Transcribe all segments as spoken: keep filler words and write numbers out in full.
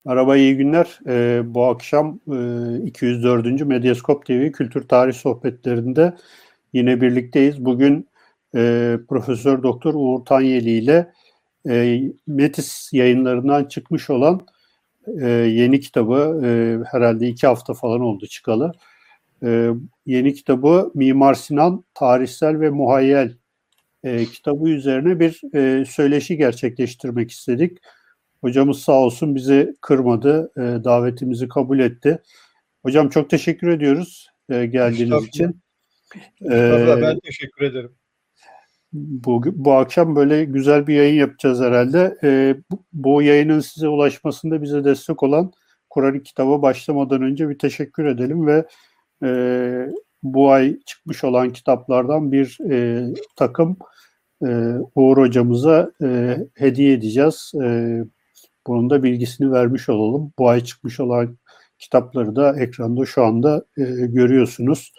Merhaba, iyi günler. Ee, bu akşam e, iki yüz dördüncü. Medyaskop T V Kültür Tarih Sohbetlerinde yine birlikteyiz. Bugün e, Profesör Doktor Uğur Tanyeli ile e, Metis yayınlarından çıkmış olan e, yeni kitabı, e, herhalde iki hafta falan oldu çıkalı. E, Yeni kitabı Mimar Sinan Tarihsel ve Muhayyel e, kitabı üzerine bir e, söyleşi gerçekleştirmek istedik. Hocamız sağ olsun bizi kırmadı, e, davetimizi kabul etti. Hocam çok teşekkür ediyoruz e, geldiğiniz Estağfurullah. için. Estağfurullah. E, Ben teşekkür ederim. bu, bu akşam böyle güzel bir yayın yapacağız herhalde. E, bu, bu yayının size ulaşmasında bize destek olan Kur'an-ı Kitab'a başlamadan önce bir teşekkür edelim ve e, bu ay çıkmış olan kitaplardan bir e, takım e, Uğur hocamıza e, hediye edeceğiz. E, Bunun da bilgisini vermiş olalım. Bu ay çıkmış olan kitapları da ekranda şu anda e, görüyorsunuz.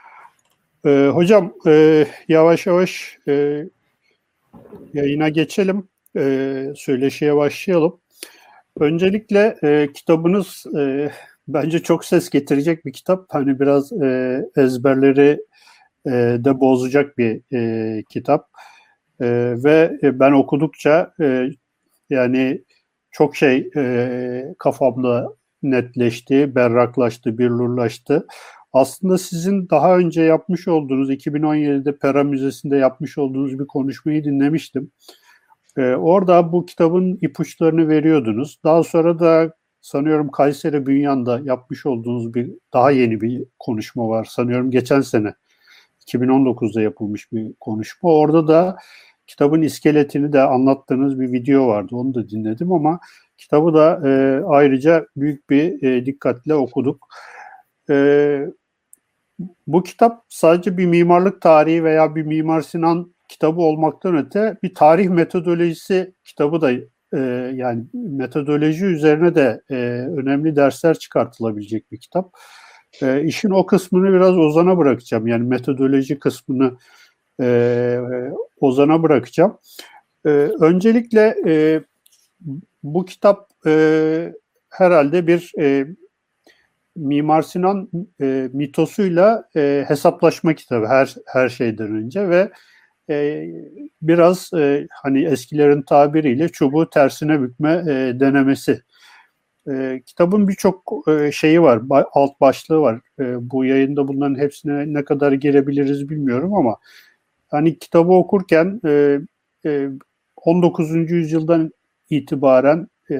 E, hocam e, yavaş yavaş e, yayına geçelim. E, söyleşiye başlayalım. Öncelikle e, kitabınız e, bence çok ses getirecek bir kitap. Hani biraz e, ezberleri e, de bozacak bir e, kitap. E, ve ben okudukça e, yani çok şey e, kafamda netleşti, berraklaştı, billurlaştı. Aslında sizin daha önce yapmış olduğunuz, iki bin on yedide Pera Müzesi'nde yapmış olduğunuz bir konuşmayı dinlemiştim. E, orada bu kitabın ipuçlarını veriyordunuz. Daha sonra da sanıyorum Kayseri Bünyan'da yapmış olduğunuz bir daha yeni bir konuşma var. Sanıyorum geçen sene iki bin on dokuzda yapılmış bir konuşma. Orada da kitabın iskeletini de anlattığınız bir video vardı. Onu da dinledim ama kitabı da e, ayrıca büyük bir e, dikkatle okuduk. E, Bu kitap sadece bir mimarlık tarihi veya bir Mimar Sinan kitabı olmaktan öte bir tarih metodolojisi kitabı da e, yani metodoloji üzerine de e, önemli dersler çıkartılabilecek bir kitap. E, işin o kısmını biraz Ozan'a bırakacağım. Yani metodoloji kısmını e, Ozan'a bırakacağım. E, öncelikle e, bu kitap e, herhalde bir e, Mimar Sinan e, mitosuyla e, hesaplaşma kitabı her her şeyden önce ve e, biraz e, hani eskilerin tabiriyle çubuğu tersine bükme e, denemesi. E, kitabın birçok e, şeyi var, ba- alt başlığı var. E, bu yayında bunların hepsine ne kadar girebiliriz bilmiyorum ama hani kitabı okurken e, e, on dokuzuncu yüzyıldan itibaren e,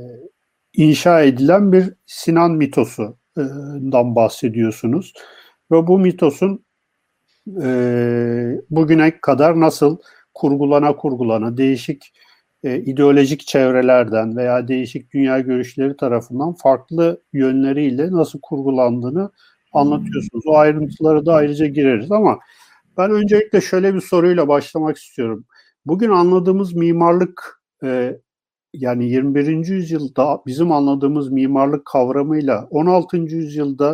inşa edilen bir Sinan mitosundan bahsediyorsunuz. Ve bu mitosun e, bugüne kadar nasıl kurgulana kurgulana değişik e, ideolojik çevrelerden veya değişik dünya görüşleri tarafından farklı yönleriyle nasıl kurgulandığını anlatıyorsunuz. O ayrıntılara da ayrıca gireriz ama ben öncelikle şöyle bir soruyla başlamak istiyorum. Bugün anladığımız mimarlık e, yani yirmi birinci yüzyılda bizim anladığımız mimarlık kavramıyla on altıncı yüzyılda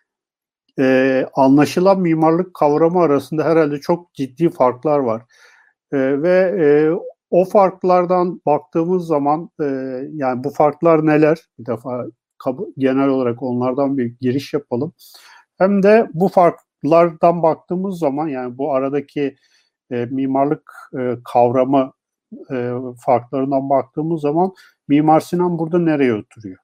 e, anlaşılan mimarlık kavramı arasında herhalde çok ciddi farklar var. E, ve e, o farklardan baktığımız zaman e, yani bu farklar neler? Bir defa genel olarak onlardan bir giriş yapalım. Hem de bu farklardan baktığımız zaman yani bu aradaki e, mimarlık e, kavramı e, farklarından baktığımız zaman Mimar Sinan burada nereye oturuyor?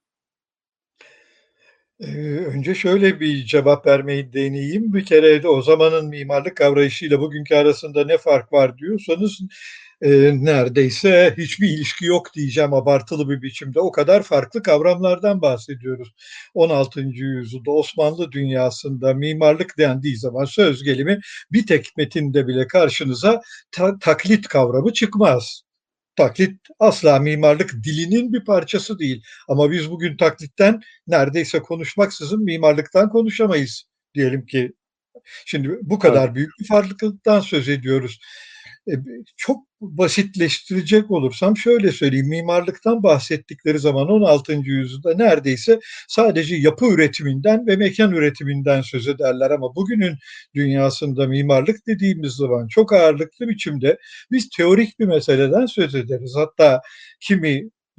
Eee, önce şöyle bir cevap vermeyi deneyeyim. Bir kere de o zamanın mimarlık kavrayışıyla bugünkü arasında ne fark var diyorsanız, eee, neredeyse hiçbir ilişki yok diyeceğim abartılı bir biçimde. O kadar farklı kavramlardan bahsediyoruz. on altıncı yüzyılda Osmanlı dünyasında mimarlık dendiği zaman söz gelimi bir tek metinde bile karşınıza ta taklit kavramı çıkmaz. Taklit asla mimarlık dilinin bir parçası değil. Ama biz bugün taklitten neredeyse konuşmaksızın mimarlıktan konuşamayız diyelim ki. Şimdi bu Tabii. kadar büyük bir farklılıktan söz ediyoruz. E, çok basitleştirecek olursam şöyle söyleyeyim, mimarlıktan bahsettikleri zaman on altıncı yüzyılda neredeyse sadece yapı üretiminden ve mekan üretiminden söz ederler ama bugünün dünyasında mimarlık dediğimiz zaman çok ağırlıklı biçimde biz teorik bir meseleden söz ederiz. Hatta kimi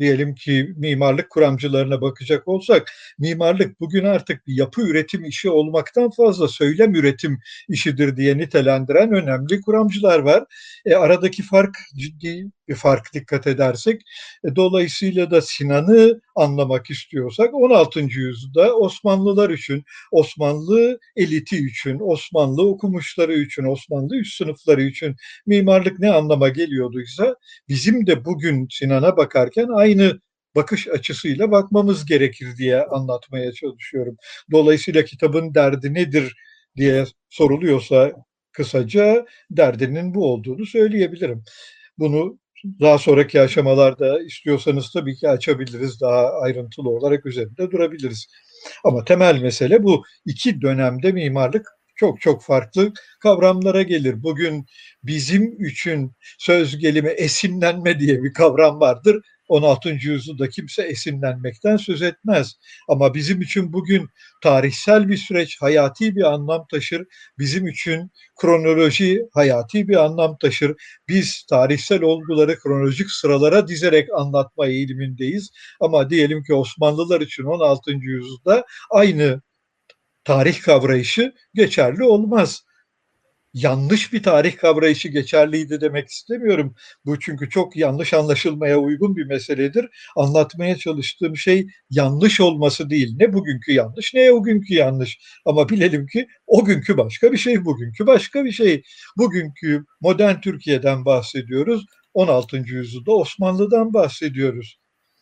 diyelim ki mimarlık kuramcılarına bakacak olsak, mimarlık bugün artık bir yapı üretim işi olmaktan fazla söylem üretim işidir diye nitelendiren önemli kuramcılar var. E, aradaki fark ciddi bir fark dikkat edersek. E, dolayısıyla da Sinan'ı anlamak istiyorsak on altıncı yüzyılda Osmanlılar için, Osmanlı eliti için, Osmanlı okumuşları için, Osmanlı üst sınıfları için mimarlık ne anlama geliyorduysa bizim de bugün Sinan'a bakarken aynı bakış açısıyla bakmamız gerekir diye anlatmaya çalışıyorum. Dolayısıyla kitabın derdi nedir diye soruluyorsa kısaca derdinin bu olduğunu söyleyebilirim. Bunu daha sonraki aşamalarda istiyorsanız tabii ki açabiliriz, daha ayrıntılı olarak üzerinde durabiliriz. Ama temel mesele bu. İki dönemde mimarlık çok çok farklı kavramlara gelir. Bugün bizim için söz gelimi esinlenme diye bir kavram vardır. on altıncı yüzyılda kimse esinlenmekten söz etmez. Ama bizim için bugün tarihsel bir süreç hayati bir anlam taşır. Bizim için kronoloji hayati bir anlam taşır. Biz tarihsel olguları kronolojik sıralara dizerek anlatma eğilimindeyiz. Ama diyelim ki Osmanlılar için on altıncı yüzyılda aynı tarih kavrayışı geçerli olmaz. Yanlış bir tarih kavrayışı geçerliydi demek istemiyorum. Bu çünkü çok yanlış anlaşılmaya uygun bir meseledir. Anlatmaya çalıştığım şey yanlış olması değil. Ne bugünkü yanlış ne o günkü yanlış. Ama bilelim ki o günkü başka bir şey, bugünkü başka bir şey. Bugünkü modern Türkiye'den bahsediyoruz. on altıncı yüzyılda Osmanlı'dan bahsediyoruz.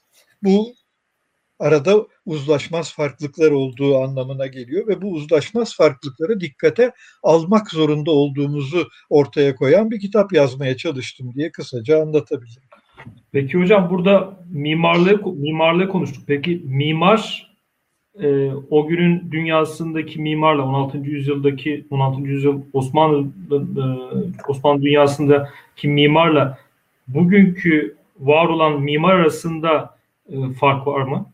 Bu arada uzlaşmaz farklılıklar olduğu anlamına geliyor ve bu uzlaşmaz farklılıkları dikkate almak zorunda olduğumuzu ortaya koyan bir kitap yazmaya çalıştım diye kısaca anlatabilirim. Peki hocam, burada mimarlığı mimarlığı konuştuk. Peki mimar e, o günün dünyasındaki mimarla on altıncı yüzyıldaki on altıncı yüzyıl Osmanlı e, Osmanlı dünyasındaki mimarla bugünkü var olan mimar arasında e, fark var mı?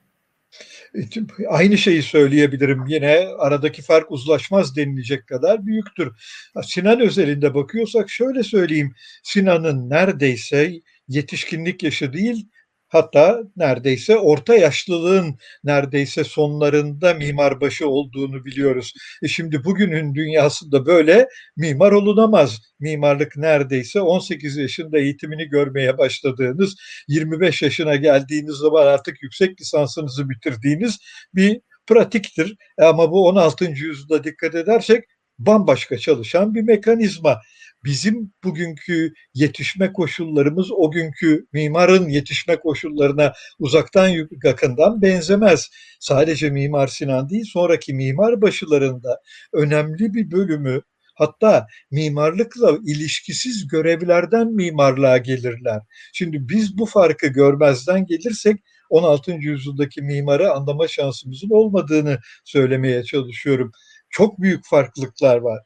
Aynı şeyi söyleyebilirim. Yine aradaki fark uzlaşmaz denilecek kadar büyüktür. Sinan özelinde bakıyorsak şöyle söyleyeyim. Sinan'ın neredeyse yetişkinlik yaşı değil, hatta neredeyse orta yaşlılığın neredeyse sonlarında mimarbaşı olduğunu biliyoruz. E şimdi bugünün dünyasında böyle mimar olunamaz. Mimarlık neredeyse on sekiz yaşında eğitimini görmeye başladığınız, yirmi beş yaşına geldiğiniz zaman artık yüksek lisansınızı bitirdiğiniz bir pratiktir. Ama bu on altıncı yüzyılda dikkat edersek bambaşka çalışan bir mekanizma. Bizim bugünkü yetişme koşullarımız o günkü mimarın yetişme koşullarına uzaktan yakından benzemez. Sadece Mimar Sinan değil, sonraki mimar başılarında önemli bir bölümü, hatta mimarlıkla ilişkisiz görevlerden mimarlığa gelirler. Şimdi biz bu farkı görmezden gelirsek on altıncı yüzyıldaki mimarı anlama şansımızın olmadığını söylemeye çalışıyorum. Çok büyük farklılıklar var.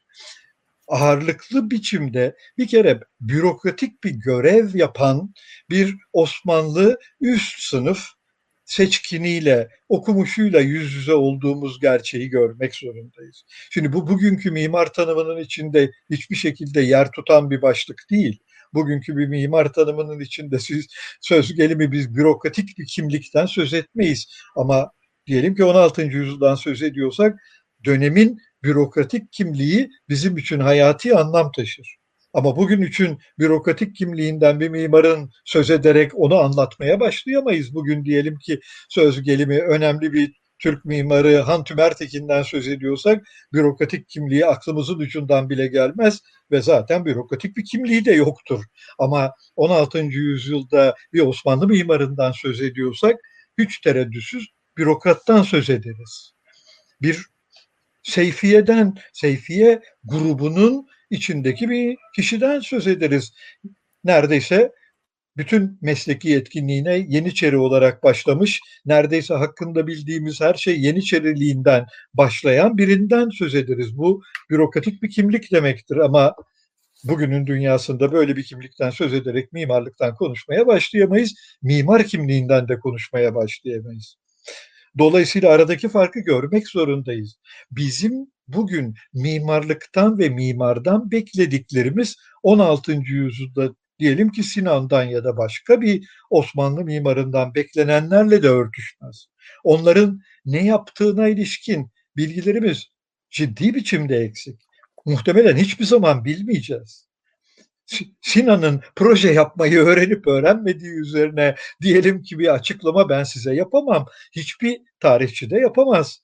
Ağırlıklı biçimde bir kere bürokratik bir görev yapan bir Osmanlı üst sınıf seçkiniyle, okumuşuyla yüz yüze olduğumuz gerçeği görmek zorundayız. Şimdi bu bugünkü mimar tanımının içinde hiçbir şekilde yer tutan bir başlık değil. Bugünkü bir mimar tanımının içinde siz söz gelimi biz bürokratik bir kimlikten söz etmeyiz. Ama diyelim ki on altıncı yüzyıldan söz ediyorsak dönemin bürokratik kimliği bizim için hayati anlam taşır. Ama bugün için bürokratik kimliğinden bir mimarın söz ederek onu anlatmaya başlayamayız. Bugün diyelim ki söz gelimi önemli bir Türk mimarı Han Tümertekin'den söz ediyorsak bürokratik kimliği aklımızın ucundan bile gelmez ve zaten bürokratik bir kimliği de yoktur. Ama on altıncı yüzyılda bir Osmanlı mimarından söz ediyorsak hiç tereddütsüz bürokrattan söz ederiz. Bir Seyfiye'den, Seyfiye grubunun içindeki bir kişiden söz ederiz. Neredeyse bütün mesleki yetkinliğine Yeniçeri olarak başlamış, neredeyse hakkında bildiğimiz her şey Yeniçeriliğinden başlayan birinden söz ederiz. Bu bürokratik bir kimlik demektir ama bugünün dünyasında böyle bir kimlikten söz ederek mimarlıktan konuşmaya başlayamayız. Mimar kimliğinden de konuşmaya başlayamayız. Dolayısıyla aradaki farkı görmek zorundayız. Bizim bugün mimarlıktan ve mimardan beklediklerimiz on altıncı yüzyılda diyelim ki Sinan'dan ya da başka bir Osmanlı mimarından beklenenlerle de örtüşmez. Onların ne yaptığına ilişkin bilgilerimiz ciddi biçimde eksik. Muhtemelen hiçbir zaman bilmeyeceğiz. Sinan'ın proje yapmayı öğrenip öğrenmediği üzerine diyelim ki bir açıklama ben size yapamam. Hiçbir tarihçi de yapamaz.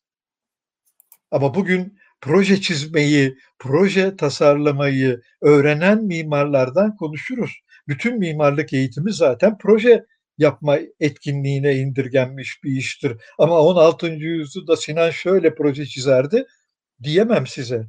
Ama bugün proje çizmeyi, proje tasarlamayı öğrenen mimarlardan konuşuruz. Bütün mimarlık eğitimi zaten proje yapma etkinliğine indirgenmiş bir iştir. Ama on altıncı yüzyılda Sinan şöyle proje çizerdi diyemem size.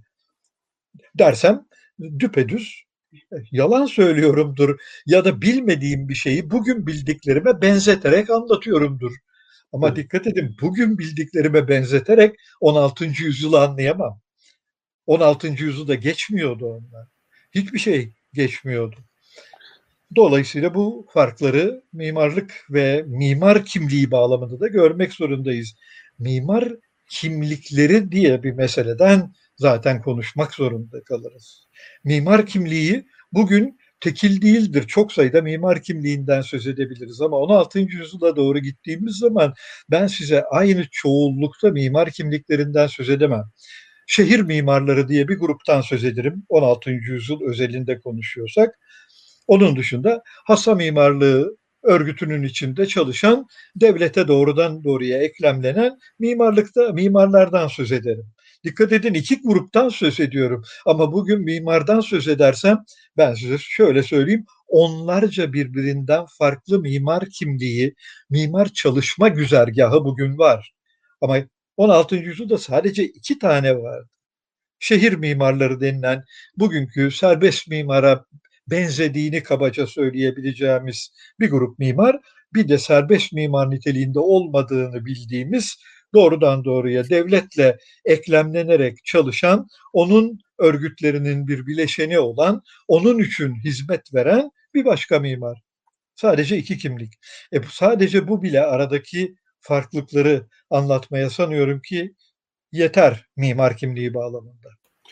Dersem düpedüz yalan söylüyorumdur ya da bilmediğim bir şeyi bugün bildiklerime benzeterek anlatıyorumdur. Ama evet, dikkat edin, bugün bildiklerime benzeterek on altıncı yüzyılı anlayamam. on altıncı yüzyılda geçmiyordu onlar. Hiçbir şey geçmiyordu. Dolayısıyla bu farkları mimarlık ve mimar kimliği bağlamında da görmek zorundayız. Mimar kimlikleri diye bir meseleden zaten konuşmak zorunda kalırız. Mimar kimliği bugün tekil değildir. Çok sayıda mimar kimliğinden söz edebiliriz ama on altıncı yüzyıla doğru gittiğimiz zaman ben size aynı çoğunlukta mimar kimliklerinden söz edemem. Şehir mimarları diye bir gruptan söz ederim on altıncı yüzyıl özelinde konuşuyorsak. Onun dışında hassa mimarlığı örgütünün içinde çalışan, devlete doğrudan doğruya eklemlenen mimarlıkta mimarlardan söz ederim. Dikkat edin, iki gruptan söz ediyorum ama bugün mimardan söz edersem ben size şöyle söyleyeyim, onlarca birbirinden farklı mimar kimliği, mimar çalışma güzergahı bugün var. Ama on altıncı yüzyılda sadece iki tane vardı. Şehir mimarları denilen bugünkü serbest mimara benzediğini kabaca söyleyebileceğimiz bir grup mimar, bir de serbest mimar niteliğinde olmadığını bildiğimiz, doğrudan doğruya devletle eklemlenerek çalışan, onun örgütlerinin bir bileşeni olan, onun için hizmet veren bir başka mimar. Sadece iki kimlik. E sadece bu bile aradaki farklılıkları anlatmaya sanıyorum ki yeter mimar kimliği bağlamında.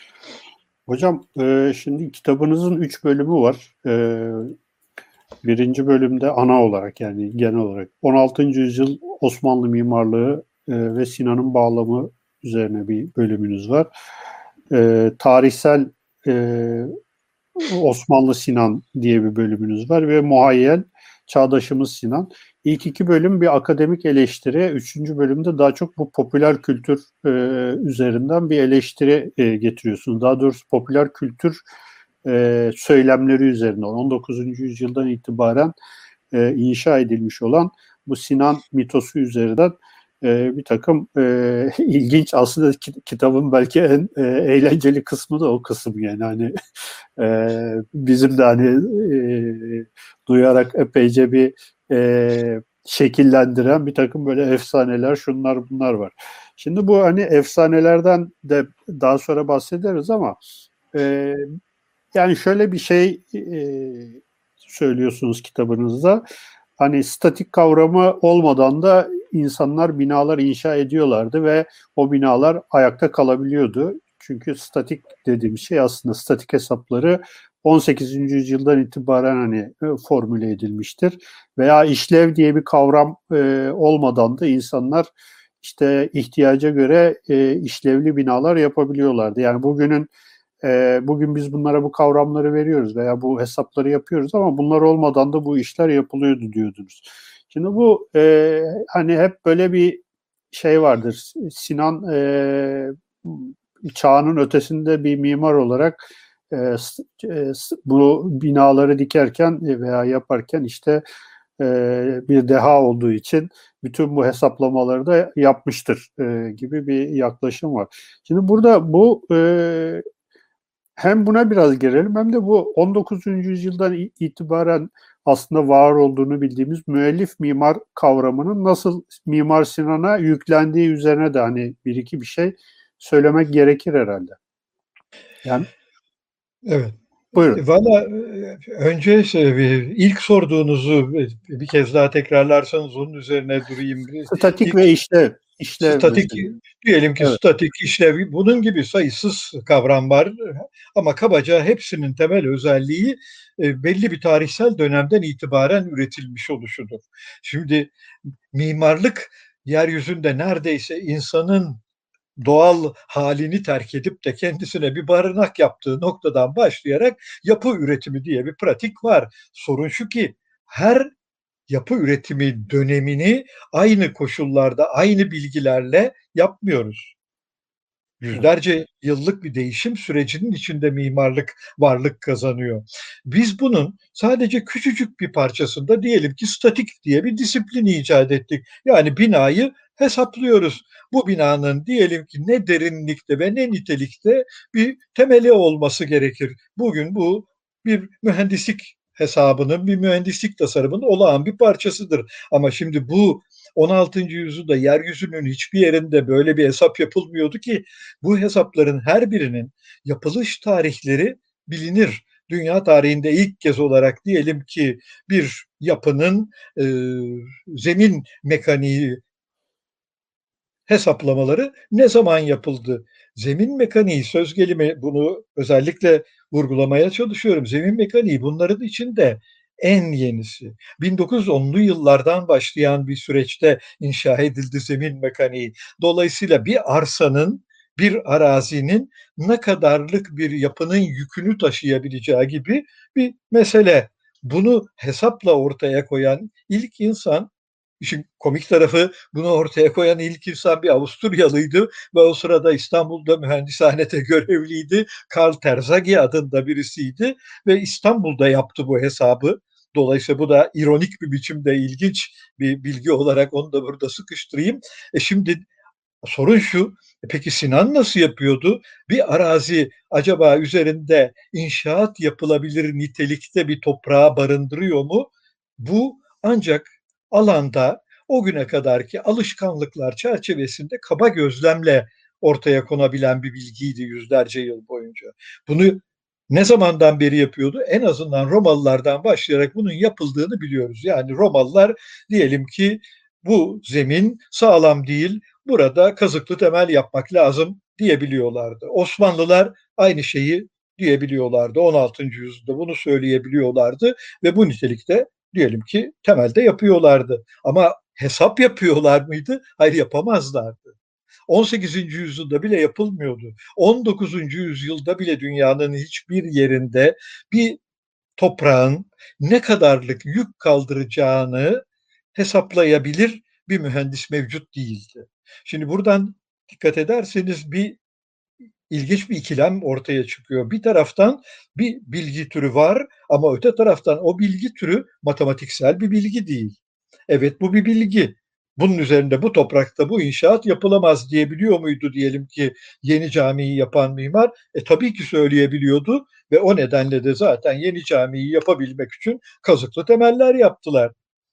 Hocam e, şimdi kitabınızın üç bölümü var. E, birinci bölümde ana olarak, yani genel olarak on altıncı yüzyıl Osmanlı mimarlığı e, ve Sinan'ın bağlamı üzerine bir bölümünüz var. E, tarihsel e, Osmanlı Sinan diye bir bölümünüz var ve muhayyel Çağdaşımız Sinan. İlk iki bölüm bir akademik eleştiri. Üçüncü bölümde daha çok bu popüler kültür e, üzerinden bir eleştiri e, getiriyorsunuz. Daha doğrusu popüler kültür e, söylemleri üzerinden on dokuzuncu yüzyıldan itibaren e, inşa edilmiş olan bu Sinan mitosu üzerinden e, bir takım e, ilginç, aslında kitabın belki en e, eğlenceli kısmı da o kısım, yani hani e, bizim de hani e, duyarak epeyce bir e, şekillendiren bir takım böyle efsaneler, şunlar bunlar var. Şimdi bu hani efsanelerden de daha sonra bahsederiz ama e, yani şöyle bir şey e, söylüyorsunuz kitabınızda. Hani statik kavramı olmadan da insanlar binalar inşa ediyorlardı ve o binalar ayakta kalabiliyordu. Çünkü statik dediğim şey aslında statik hesapları on sekizinci yüzyıldan itibaren hani e, formüle edilmiştir. Veya işlev diye bir kavram e, olmadan da insanlar işte ihtiyaca göre e, işlevli binalar yapabiliyorlardı. Yani bugünün e, bugün biz bunlara bu kavramları veriyoruz veya bu hesapları yapıyoruz ama bunlar olmadan da bu işler yapılıyordu diyordunuz. Şimdi bu e, hani hep böyle bir şey vardır. Sinan e, çağının ötesinde bir mimar olarak e, e, bu binaları dikerken veya yaparken işte e, bir deha olduğu için bütün bu hesaplamaları da yapmıştır e, gibi bir yaklaşım var. Şimdi burada bu e, hem buna biraz girelim hem de bu on dokuzuncu yüzyıldan itibaren aslında var olduğunu bildiğimiz müellif mimar kavramının nasıl Mimar Sinan'a yüklendiği üzerine de hani bir iki bir şey söylemek gerekir herhalde. Yani evet. Buyurun. Valla önce ilk sorduğunuzu bir kez daha tekrarlarsanız onun üzerine durayım. Statik İlk, ve işlev. İşlev statik, mesela. diyelim ki Evet. statik, işlev, bunun gibi sayısız kavram var ama kabaca hepsinin temel özelliği e, belli bir tarihsel dönemden itibaren üretilmiş oluşudur. Şimdi mimarlık yeryüzünde neredeyse insanın doğal halini terk edip de kendisine bir barınak yaptığı noktadan başlayarak yapı üretimi diye bir pratik var. Sorun şu ki her yapı üretimi dönemini aynı koşullarda, aynı bilgilerle yapmıyoruz. Yüzlerce yıllık bir değişim sürecinin içinde mimarlık varlık kazanıyor. Biz bunun sadece küçücük bir parçasında, diyelim ki statik diye bir disiplin icat ettik. Yani binayı hesaplıyoruz. Bu binanın diyelim ki ne derinlikte ve ne nitelikte bir temeli olması gerekir. Bugün bu bir mühendislik hesabının, bir mühendislik tasarımının olağan bir parçasıdır. Ama şimdi bu on altıncı yüzyılda yeryüzünün hiçbir yerinde böyle bir hesap yapılmıyordu ki bu hesapların her birinin yapılış tarihleri bilinir. Dünya tarihinde ilk kez olarak diyelim ki bir yapının e, zemin mekaniği hesaplamaları ne zaman yapıldı? Zemin mekaniği söz gelimi, bunu özellikle vurgulamaya çalışıyorum. Zemin mekaniği bunların içinde en yenisi. bin dokuz yüz onlu yıllardan başlayan bir süreçte inşa edildi zemin mekaniği. Dolayısıyla bir arsanın, bir arazinin ne kadarlık bir yapının yükünü taşıyabileceği gibi bir mesele. Bunu hesapla ortaya koyan ilk insan, İşin komik tarafı, bunu ortaya koyan ilk insan bir Avusturyalıydı ve o sırada İstanbul'da mühendishanede görevliydi. Karl Terzaghi adında birisiydi ve İstanbul'da yaptı bu hesabı. Dolayısıyla bu da ironik bir biçimde ilginç bir bilgi olarak onu da burada sıkıştırayım. E şimdi sorun şu, e peki Sinan nasıl yapıyordu? Bir arazi acaba üzerinde inşaat yapılabilir nitelikte bir toprağı barındırıyor mu? Bu ancak alanda o güne kadarki alışkanlıklar çerçevesinde kaba gözlemle ortaya konabilen bir bilgiydi yüzlerce yıl boyunca. Bunu ne zamandan beri yapıyordu? En azından Romalılardan başlayarak bunun yapıldığını biliyoruz. Yani Romalılar diyelim ki bu zemin sağlam değil, burada kazıklı temel yapmak lazım diyebiliyorlardı. Osmanlılar aynı şeyi diyebiliyorlardı. on altıncı yüzyılda bunu söyleyebiliyorlardı ve bu nitelikte diyelim ki temelde yapıyorlardı. Ama hesap yapıyorlar mıydı? Hayır, yapamazlardı. on sekizinci yüzyılda bile yapılmıyordu. on dokuzuncu yüzyılda bile dünyanın hiçbir yerinde bir toprağın ne kadarlık yük kaldıracağını hesaplayabilir bir mühendis mevcut değildi. Şimdi buradan dikkat ederseniz bir ilginç bir ikilem ortaya çıkıyor. Bir taraftan bir bilgi türü var ama öte taraftan o bilgi türü matematiksel bir bilgi değil. Evet, bu bir bilgi. Bunun üzerinde, bu toprakta bu inşaat yapılamaz diyebiliyor muydu diyelim ki yeni camiyi yapan mimar? E tabii ki söyleyebiliyordu ve o nedenle de zaten yeni camiyi yapabilmek için kazıklı temeller yaptılar.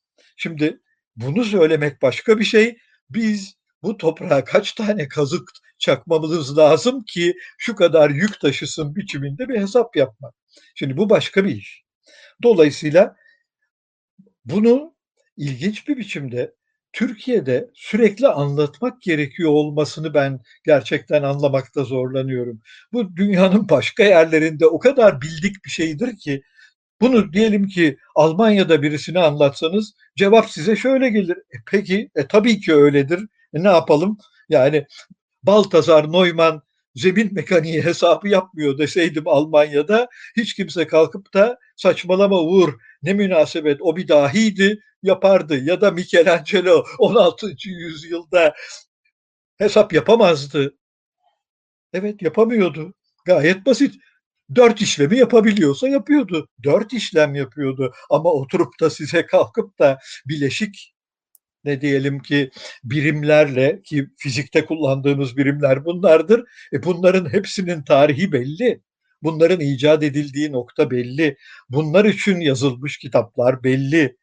Şimdi bunu söylemek başka bir şey. Biz bu toprağa kaç tane kazık çakmamız lazım ki şu kadar yük taşısın biçiminde bir hesap yapmak. Şimdi bu başka bir iş. Dolayısıyla bunu ilginç bir biçimde Türkiye'de sürekli anlatmak gerekiyor olmasını ben gerçekten anlamakta zorlanıyorum. Bu dünyanın başka yerlerinde o kadar bildik bir şeydir ki bunu diyelim ki Almanya'da birisine anlatsanız cevap size şöyle gelir. E peki, e tabii ki öyledir. E ne yapalım? Yani Baltazar Neumann zemin mekaniği hesabı yapmıyor deseydim Almanya'da, hiç kimse kalkıp da saçmalama Uğur, ne münasebet, o bir dahiydi, yapardı. Ya da Michelangelo on altıncı yüzyılda hesap yapamazdı. Evet, yapamıyordu. Gayet basit. Dört işlemi yapabiliyorsa yapıyordu. Dört işlem yapıyordu. Ama oturup da size kalkıp da bileşik, ne diyelim ki birimlerle, ki fizikte kullandığımız birimler bunlardır. E bunların hepsinin tarihi belli. Bunların icat edildiği nokta belli. Bunlar için yazılmış kitaplar belli.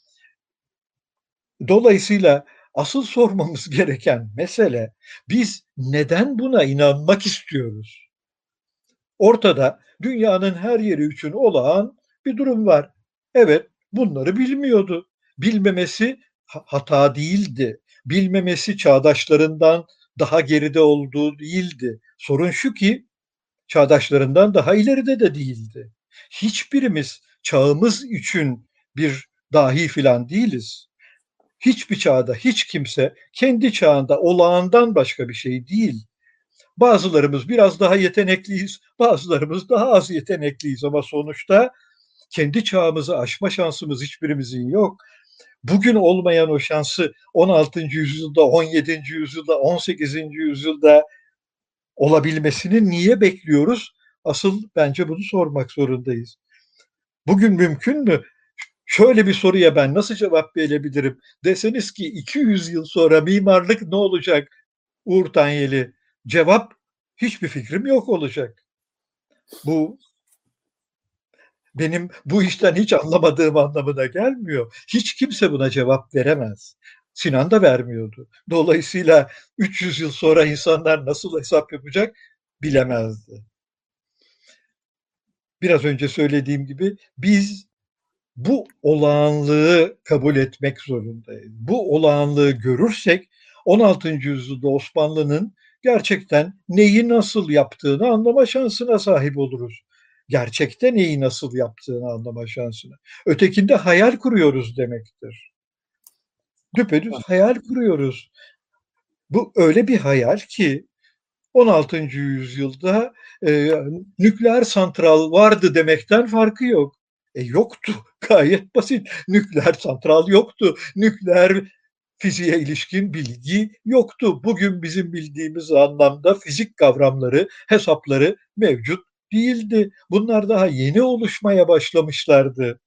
Dolayısıyla asıl sormamız gereken mesele, biz neden buna inanmak istiyoruz? Ortada dünyanın her yeri için olağan bir durum var. Evet, bunları bilmiyordu. Bilmemesi hata değildi. bilmemesi çağdaşlarından daha geride olduğu değildi. Sorun şu ki çağdaşlarından daha ileride de değildi. Hiçbirimiz çağımız için bir dahi filan değiliz. Hiçbir çağda hiç kimse kendi çağında olağandan başka bir şey değil. Bazılarımız biraz daha yetenekliyiz, bazılarımız daha az yetenekliyiz ama sonuçta kendi çağımızı aşma şansımız hiçbirimizin yok. Bugün olmayan o şansı on altıncı yüzyılda, on yedinci yüzyılda, on sekizinci yüzyılda olabilmesini niye bekliyoruz? Asıl bence bunu sormak zorundayız. Bugün mümkün mü? Şöyle bir soruya ben nasıl cevap verebilirim? Deseniz ki iki yüz yıl sonra mimarlık ne olacak Uğur Tanyeli? Cevap, hiçbir fikrim yok olacak. Bu benim bu işten hiç anlamadığım anlamına gelmiyor. Hiç kimse buna cevap veremez. Sinan da vermiyordu. Dolayısıyla üç yüz yıl sonra insanlar nasıl hesap yapacak bilemezdi. Biraz önce söylediğim gibi biz bu olağanlığı kabul etmek zorundayız. Bu olağanlığı görürsek on altıncı yüzyılda Osmanlı'nın gerçekten neyi nasıl yaptığını anlama şansına sahip oluruz. Gerçekte neyi nasıl yaptığını anlama şansına. Ötekinde hayal kuruyoruz demektir. Düpedüz hayal kuruyoruz. Bu öyle bir hayal ki on altıncı yüzyılda e, nükleer santral vardı demekten farkı yok. E yoktu. Gayet basit. Nükleer santral yoktu. Nükleer fiziğe ilişkin bilgi yoktu. Bugün bizim bildiğimiz anlamda fizik kavramları, hesapları mevcut değildi. Bunlar daha yeni oluşmaya başlamışlardı.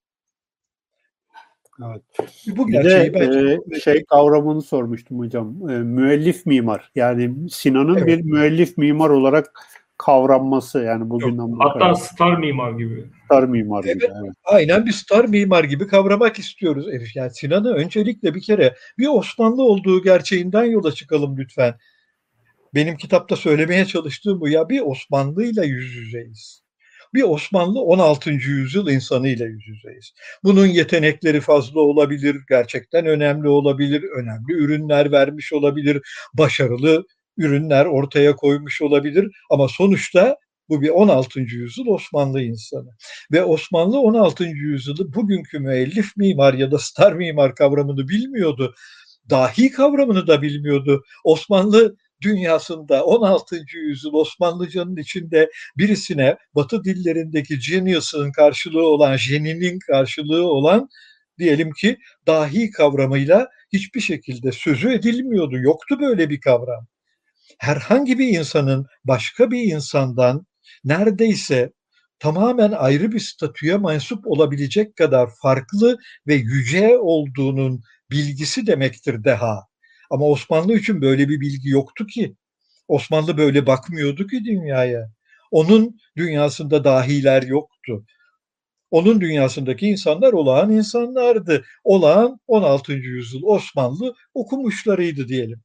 Evet. Bu Bir de gerçeği bence e, şey kavramını sormuştum hocam. E, müellif mimar. Yani Sinan'ın evet, bir müellif mimar olarak kavranması, yani bugünden bu Hatta kadar. star mimar gibi. Star mimar gibi. evet, Evet. aynen bir star mimar gibi kavramak istiyoruz. Yani Sinan'ı öncelikle bir kere bir Osmanlı olduğu gerçeğinden yola çıkalım lütfen. Benim kitapta söylemeye çalıştığım bu, ya bir Osmanlı'yla yüz yüzeyiz. Bir Osmanlı on altıncı yüzyıl insanıyla yüz yüzeyiz. Bunun yetenekleri fazla olabilir, gerçekten önemli olabilir, önemli ürünler vermiş olabilir, başarılı ürünler ortaya koymuş olabilir ama sonuçta bu bir on altıncı yüzyıl Osmanlı insanı. Ve Osmanlı on altıncı yüzyılı bugünkü müellif mimar ya da star mimar kavramını bilmiyordu. Dahi kavramını da bilmiyordu. Osmanlı dünyasında on altıncı yüzyıl Osmanlıcanın içinde birisine Batı dillerindeki genius'ın karşılığı olan, jeninin karşılığı olan diyelim ki dahi kavramıyla hiçbir şekilde sözü edilmiyordu. Yoktu böyle bir kavram. Herhangi bir insanın başka bir insandan neredeyse tamamen ayrı bir statüye mensup olabilecek kadar farklı ve yüce olduğunun bilgisi demektir deha. Ama Osmanlı için böyle bir bilgi yoktu ki. Osmanlı böyle bakmıyordu ki dünyaya. Onun dünyasında dahiler yoktu. Onun dünyasındaki insanlar olağan insanlardı. Olağan on altıncı yüzyıl Osmanlı okumuşlarıydı diyelim.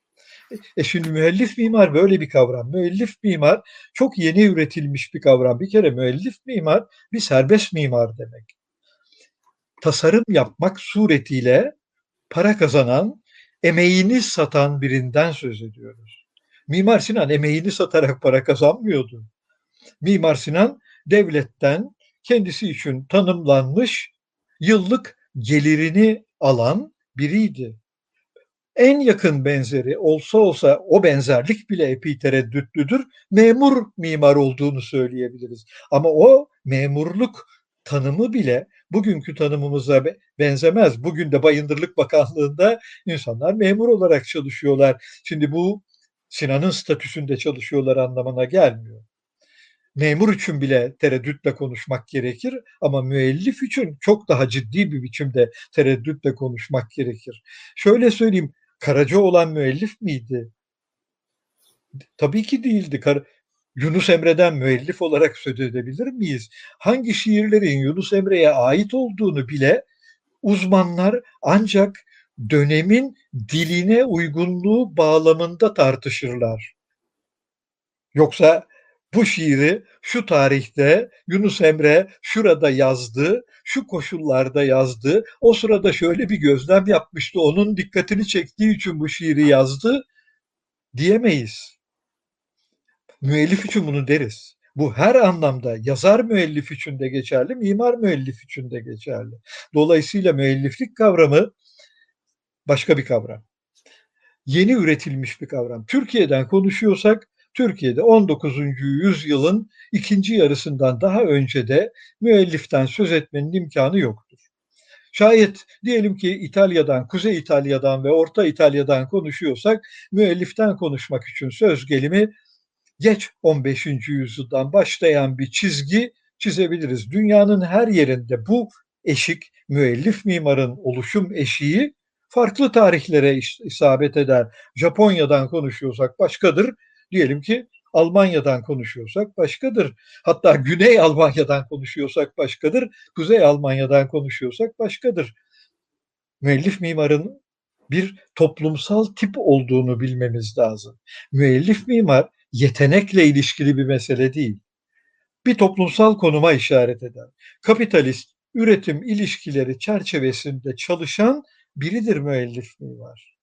E şimdi müellif mimar böyle bir kavram. Müellif mimar çok yeni üretilmiş bir kavram. Bir kere müellif mimar bir serbest mimar demek. Tasarım yapmak suretiyle para kazanan, emeğini satan birinden söz ediyoruz. Mimar Sinan emeğini satarak para kazanmıyordu. Mimar Sinan devletten kendisi için tanımlanmış yıllık gelirini alan biriydi. En yakın benzeri olsa olsa o benzerlik bile epey tereddütlüdür. Memur mimar olduğunu söyleyebiliriz. Ama o memurluk tanımı bile bugünkü tanımımıza benzemez. Bugün de Bayındırlık Bakanlığı'nda insanlar memur olarak çalışıyorlar. Şimdi bu Sinan'ın statüsünde çalışıyorlar anlamına gelmiyor. Memur için bile tereddütle konuşmak gerekir ama müellif için çok daha ciddi bir biçimde tereddütle konuşmak gerekir. Şöyle söyleyeyim, Karacaoğlan müellif miydi? Tabii ki değildi. Kar Yunus Emre'den müellif olarak söz edebilir miyiz? Hangi şiirlerin Yunus Emre'ye ait olduğunu bile uzmanlar ancak dönemin diline uygunluğu bağlamında tartışırlar. Yoksa bu şiiri şu tarihte Yunus Emre şurada yazdı, şu koşullarda yazdı, o sırada şöyle bir gözlem yapmıştı, onun dikkatini çektiği için bu şiiri yazdı diyemeyiz. Müellif için bunu deriz. Bu her anlamda yazar müellif için de geçerli, mimar müellif için de geçerli. Dolayısıyla müelliflik kavramı başka bir kavram. Yeni üretilmiş bir kavram. Türkiye'den konuşuyorsak, Türkiye'de on dokuzuncu yüzyılın ikinci yarısından daha önce de müelliften söz etmenin imkanı yoktur. Şayet diyelim ki İtalya'dan, Kuzey İtalya'dan ve Orta İtalya'dan konuşuyorsak, müelliften konuşmak için söz gelimi geç on beşinci yüzyıldan başlayan bir çizgi çizebiliriz. Dünyanın her yerinde bu eşik, müellif mimarın oluşum eşiği farklı tarihlere isabet eder. Japonya'dan konuşuyorsak başkadır. Diyelim ki Almanya'dan konuşuyorsak başkadır. Hatta Güney Almanya'dan konuşuyorsak başkadır. Kuzey Almanya'dan konuşuyorsak başkadır. Müellif mimarın bir toplumsal tip olduğunu bilmemiz lazım. Müellif mimar yetenekle ilişkili bir mesele değil. Bir toplumsal konuma işaret eder. Kapitalist üretim ilişkileri çerçevesinde çalışan biridir müellif mimar.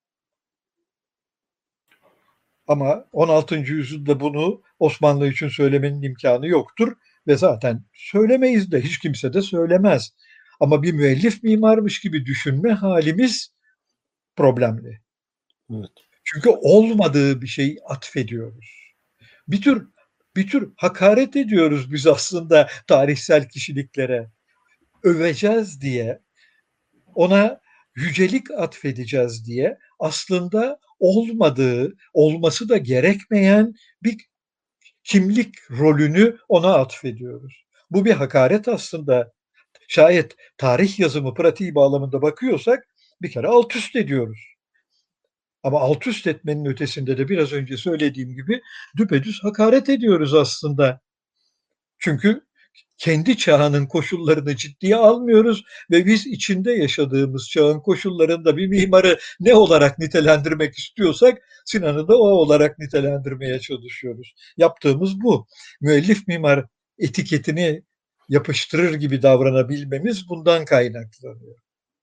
Ama on altıncı yüzyılda bunu Osmanlı için söylemenin imkanı yoktur ve zaten söylemeyiz de, hiç kimse de söylemez. Ama bir müellif mimarmış gibi düşünme halimiz problemli. Evet. Çünkü olmadığı bir şeyi atfediyoruz. Bir tür bir tür hakaret ediyoruz biz aslında tarihsel kişiliklere. Öveceğiz diye, ona yücelik atfedeceğiz diye aslında olmadığı, olması da gerekmeyen bir kimlik rolünü ona atfediyoruz. Bu bir hakaret aslında. Şayet tarih yazımı pratiği bağlamında bakıyorsak bir kere alt üst ediyoruz. Ama alt üst etmenin ötesinde de biraz önce söylediğim gibi düpedüz hakaret ediyoruz aslında. Çünkü kendi çağının koşullarını ciddiye almıyoruz ve biz içinde yaşadığımız çağın koşullarında bir mimarı ne olarak nitelendirmek istiyorsak Sinan'ı da o olarak nitelendirmeye çalışıyoruz. Yaptığımız bu. Müellif mimar etiketini yapıştırır gibi davranabilmemiz bundan kaynaklanıyor.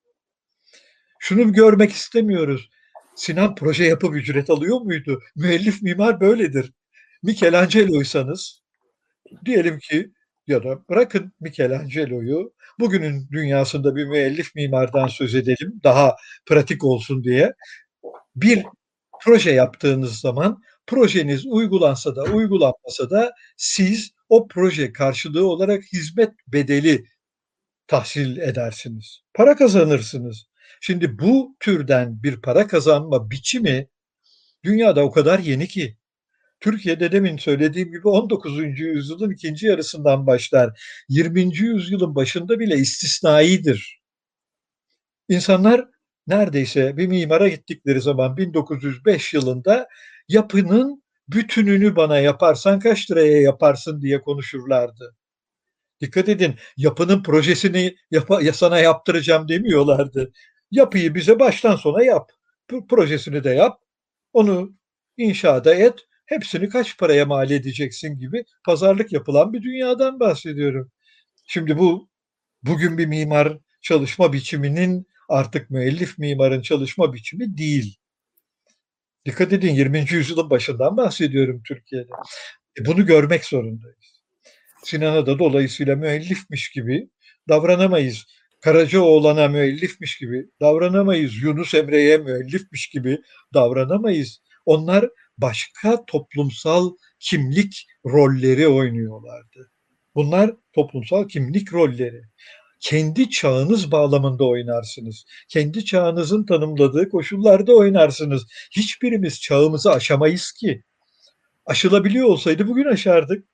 Şunu görmek istemiyoruz. Sinan proje yapıp ücret alıyor muydu? Müellif mimar böyledir. Michelangelo'ysanız diyelim ki, ya da bırakın Michelangelo'yu, bugünün dünyasında bir müellif mimardan söz edelim daha pratik olsun diye. Bir proje yaptığınız zaman projeniz uygulansa da uygulanmasa da siz o proje karşılığı olarak hizmet bedeli tahsil edersiniz. Para kazanırsınız. Şimdi bu türden bir para kazanma biçimi dünyada o kadar yeni ki. Türkiye'de demin söylediğim gibi on dokuzuncu yüzyılın ikinci yarısından başlar. yirminci yüzyılın başında bile istisnaidir. İnsanlar neredeyse bir mimara gittikleri zaman bin dokuz yüz beş yılında yapının bütününü bana yaparsan kaç liraya yaparsın diye konuşurlardı. Dikkat edin, yapının projesini yap- sana yaptıracağım demiyorlardı. Yapıyı bize baştan sona yap. Projesini de yap. Onu inşaada et. Hepsini kaç paraya mal edeceksin gibi pazarlık yapılan bir dünyadan bahsediyorum. Şimdi bu bugün bir mimar çalışma biçiminin artık müellif mimarın çalışma biçimi değil. Dikkat edin, yirminci yüzyılın başından bahsediyorum Türkiye'de. E bunu görmek zorundayız. Sinan'a da dolayısıyla müellifmiş gibi davranamayız. Karacaoğlan'a müellifmiş gibi davranamayız. Yunus Emre'ye müellifmiş gibi davranamayız. Onlar başka toplumsal kimlik rolleri oynuyorlardı. Bunlar toplumsal kimlik rolleri. Kendi çağınız bağlamında oynarsınız. Kendi çağınızın tanımladığı koşullarda oynarsınız. Hiçbirimiz çağımızı aşamayız ki. Aşılabiliyor olsaydı bugün aşardık.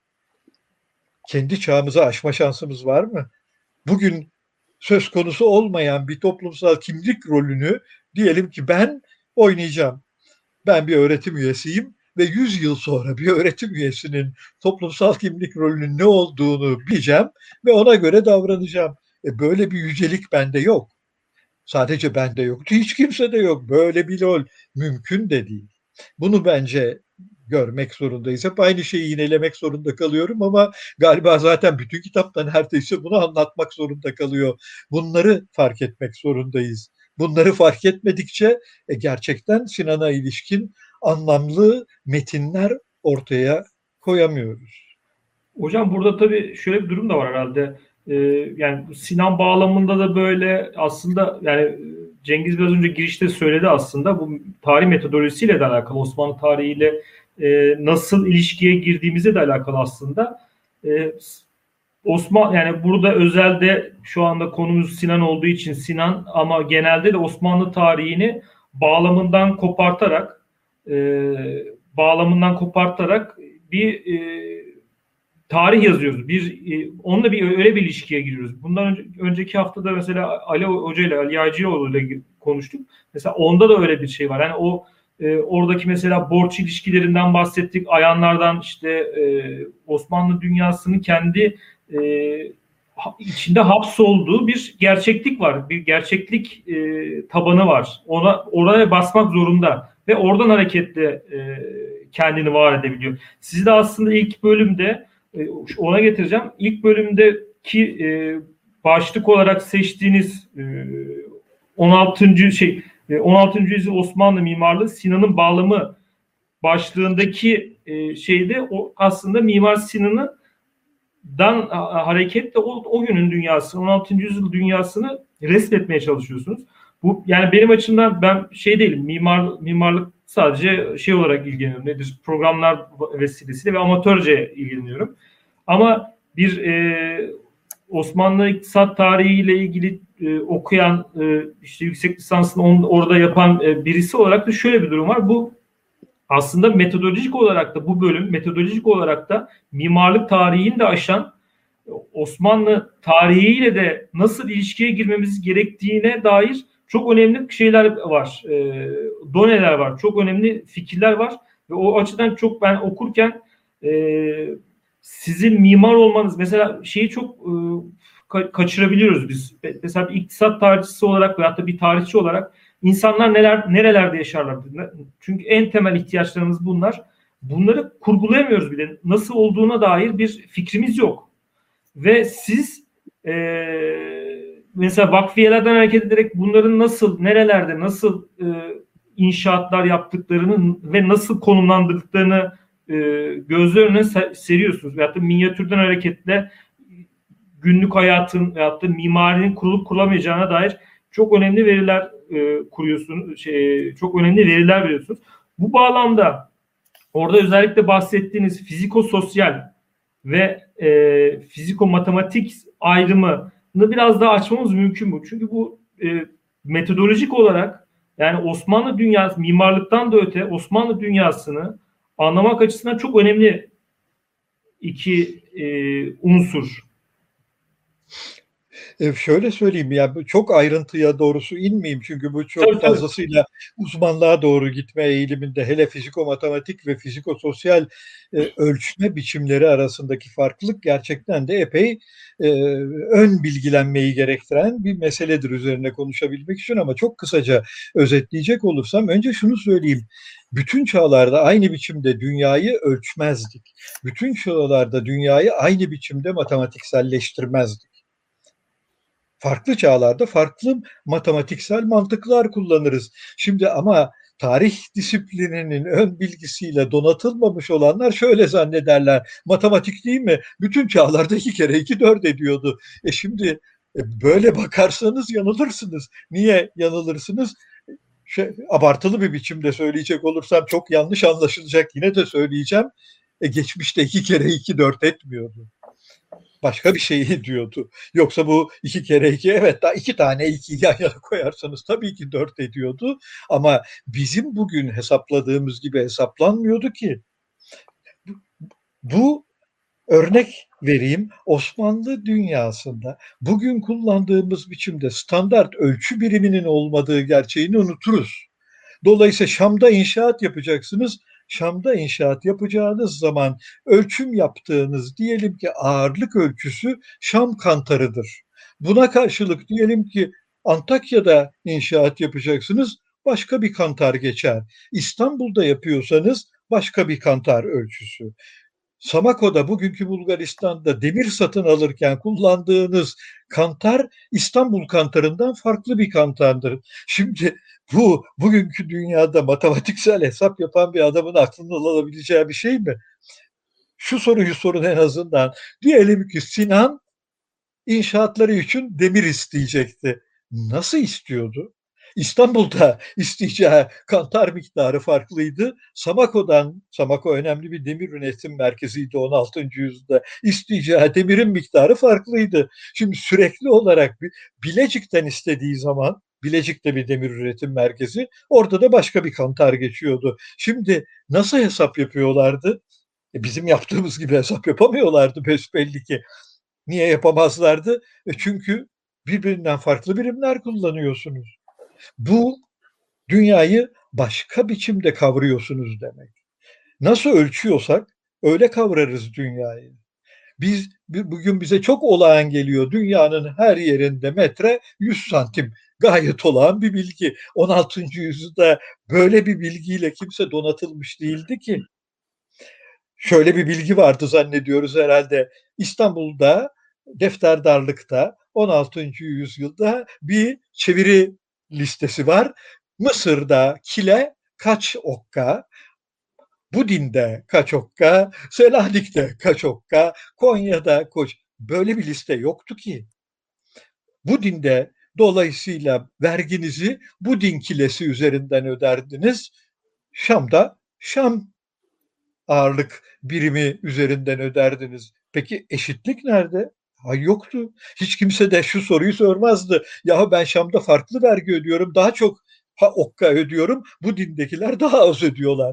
Kendi çağımızı aşma şansımız var mı? Bugün söz konusu olmayan bir toplumsal kimlik rolünü diyelim ki ben oynayacağım. Ben bir öğretim üyesiyim ve yüz yıl sonra bir öğretim üyesinin toplumsal kimlik rolünün ne olduğunu bileceğim ve ona göre davranacağım. E böyle bir yücelik bende yok. Sadece bende yoktu, hiç kimse de yok. Böyle bir rol mümkün de değil. Bunu bence görmek zorundayız. Hep aynı şeyi yinelemek zorunda kalıyorum ama galiba zaten bütün kitapta neredeyse bunu anlatmak zorunda kalıyor. Bunları fark etmek zorundayız. Bunları fark etmedikçe e, gerçekten Sinan'a ilişkin anlamlı metinler ortaya koyamıyoruz. Hocam burada tabii şöyle bir durum da var herhalde. Ee, yani Sinan bağlamında da böyle aslında, yani Cengiz biraz önce girişte söyledi, aslında bu tarih metodolojisiyle de alakalı, Osmanlı tarihiyle e, nasıl ilişkiye girdiğimize de alakalı aslında. E, Osman, yani burada özelde şu anda konumuz Sinan olduğu için Sinan, ama genelde de Osmanlı tarihini bağlamından kopartarak e, bağlamından kopartarak bir e, tarih yazıyoruz. Bir e, onunla bir öyle bir ilişkiye giriyoruz. Bundan önce, önceki haftada mesela Ali Hoca ile, Ali Yağcıoğlu ile konuştuk. Mesela onda da öyle bir şey var. Yani o e, oradaki mesela borç ilişkilerinden bahsettik. Ayanlardan işte e, Osmanlı dünyasının kendi e, içinde hapsolduğu bir gerçeklik var. Bir gerçeklik e, tabanı var. Ona oraya basmak zorunda ve oradan hareketle e, kendini var edebiliyor. Siz de aslında ilk bölümde ona getireceğim. İlk bölümdeki e, başlık olarak seçtiğiniz e, on altıncı şey e, on altıncı yüzyıl Osmanlı mimarlığı Sinan'ın bağlamı başlığındaki e, şeyde o aslında Mimar Sinan'dan hareketle o, o günün dünyasını, on altıncı yüzyıl dünyasını resmetmeye çalışıyorsunuz. Bu, yani benim açımdan, ben şey değilim, mimar mimarlık sadece şey olarak ilgileniyorum. Nedir? Programlar vesilesiyle ve amatörce ilgileniyorum. Ama bir e, Osmanlı iktisat tarihiyle ilgili e, okuyan, e, işte yüksek lisansını on, orada yapan e, birisi olarak da şöyle bir durum var. Bu aslında metodolojik olarak da, bu bölüm metodolojik olarak da mimarlık tarihini de aşan, Osmanlı tarihiyle de nasıl ilişkiye girmemiz gerektiğine dair çok önemli şeyler var. E, doneler var. Çok önemli fikirler var. Ve o açıdan çok, ben okurken e, sizin mimar olmanız, mesela şeyi çok e, ka- kaçırabiliyoruz biz. Mesela bir iktisat tarihçisi olarak veyahut da bir tarihçi olarak insanlar neler nerelerde yaşarlar? Çünkü en temel ihtiyaçlarımız bunlar. Bunları kurgulayamıyoruz bile. Nasıl olduğuna dair bir fikrimiz yok. Ve siz eee mesela vakfiyelerden hareket ederek bunların nasıl, nerelerde, nasıl e, inşaatlar yaptıklarını ve nasıl konumlandırdıklarını e, gözler önüne seriyorsunuz. Veyahut da minyatürden hareketle günlük hayatın veyahut da mimarinin kurulup kurulamayacağına dair çok önemli veriler e, kuruyorsunuz. Şey, çok önemli veriler veriyorsunuz. Bu bağlamda orada özellikle bahsettiğiniz fizikososyal ve e, fiziko-matematik ayrımı biraz daha açmamız mümkün mü? Çünkü bu e, metodolojik olarak, yani Osmanlı dünyası, mimarlıktan da öte Osmanlı dünyasını anlamak açısından çok önemli iki e, unsur. E şöyle söyleyeyim, ya çok ayrıntıya doğrusu inmeyeyim çünkü bu çok tabii, fazlasıyla tabii. uzmanlığa doğru gitme eğiliminde, hele fiziko-matematik ve fiziko-sosyal e, ölçme biçimleri arasındaki farklılık gerçekten de epey e, ön bilgilenmeyi gerektiren bir meseledir üzerine konuşabilmek için. Ama çok kısaca özetleyecek olursam önce şunu söyleyeyim. Bütün çağlarda aynı biçimde dünyayı ölçmezdik. Bütün çağlarda dünyayı aynı biçimde matematikselleştirmezdik. Farklı çağlarda farklı matematiksel mantıklar kullanırız. Şimdi ama tarih disiplininin ön bilgisiyle donatılmamış olanlar şöyle zannederler. Matematik değil mi? Bütün çağlarda iki kere iki dört ediyordu. E şimdi böyle bakarsanız yanılırsınız. Niye yanılırsınız? Şey, abartılı bir biçimde söyleyecek olursam çok yanlış anlaşılacak. Yine de söyleyeceğim. E geçmişte iki kere iki dört etmiyordu. Başka bir şey ediyordu. Yoksa bu iki kere iki, evet, daha iki tane iki yan yana koyarsanız tabii ki dört ediyordu. Ama bizim bugün hesapladığımız gibi hesaplanmıyordu ki. Bu örnek vereyim. Osmanlı dünyasında bugün kullandığımız biçimde standart ölçü biriminin olmadığı gerçeğini unuturuz. Dolayısıyla Şam'da inşaat yapacaksınız. Şam'da inşaat yapacağınız zaman ölçüm yaptığınız, diyelim ki ağırlık ölçüsü Şam kantarıdır. Buna karşılık diyelim ki Antakya'da inşaat yapacaksınız, başka bir kantar geçer. İstanbul'da yapıyorsanız başka bir kantar ölçüsü. Samako'da, bugünkü Bulgaristan'da demir satın alırken kullandığınız kantar İstanbul kantarından farklı bir kantardır. Şimdi bu bugünkü dünyada matematiksel hesap yapan bir adamın aklından alabileceği bir şey mi? Şu soruyu sorun en azından. Diyelim ki Sinan inşaatları için demir isteyecekti. Nasıl istiyordu? İstanbul'da isteyeceği kantar miktarı farklıydı. Samako'dan, Samako önemli bir demir üretim merkeziydi on altıncı yüzyılda. İsteyeceği demirin miktarı farklıydı. Şimdi sürekli olarak Bilecik'ten istediği zaman, Bilecik'te bir demir üretim merkezi, orada da başka bir kantar geçiyordu. Şimdi nasıl hesap yapıyorlardı? E bizim yaptığımız gibi hesap yapamıyorlardı besbelli ki. Niye yapamazlardı? E çünkü birbirinden farklı birimler kullanıyorsunuz. Bu dünyayı başka biçimde kavruyorsunuz demek. Nasıl ölçüyorsak öyle kavrarız dünyayı. Biz bugün bize çok olağan geliyor. Dünyanın her yerinde metre yüz santim. Gayet olağan bir bilgi. on altıncı yüzyılda böyle bir bilgiyle kimse donatılmış değildi ki. Şöyle bir bilgi vardı zannediyoruz herhalde. İstanbul'da defterdarlıkta on altıncı yüzyılda bir çeviri listesi var. Mısır'da kile kaç okka, Budin'de kaç okka, Selanik'te kaç okka, Konya'da koç. Böyle bir liste yoktu ki. Budin'de dolayısıyla verginizi Budin kilesi üzerinden öderdiniz. Şam'da Şam ağırlık birimi üzerinden öderdiniz. Peki eşitlik nerede? Ha, yoktu. Hiç kimse de şu soruyu sormazdı. Ya ben Şam'da farklı vergi ödüyorum, daha çok ha, okka ödüyorum, bu dindekiler daha az ödüyorlar.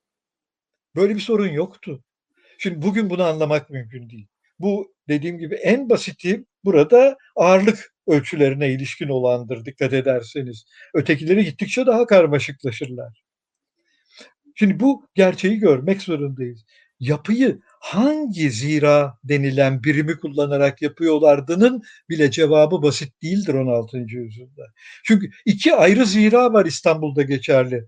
Böyle bir sorun yoktu. Şimdi bugün bunu anlamak mümkün değil. Bu dediğim gibi en basiti burada ağırlık ölçülerine ilişkin olandır dikkat ederseniz. Ötekileri gittikçe daha karmaşıklaşırlar. Şimdi bu gerçeği görmek zorundayız. Yapıyı hangi zira denilen birimi kullanarak yapıyorlardının bile cevabı basit değildir on altıncı yüzyılda. Çünkü iki ayrı zira var İstanbul'da geçerli.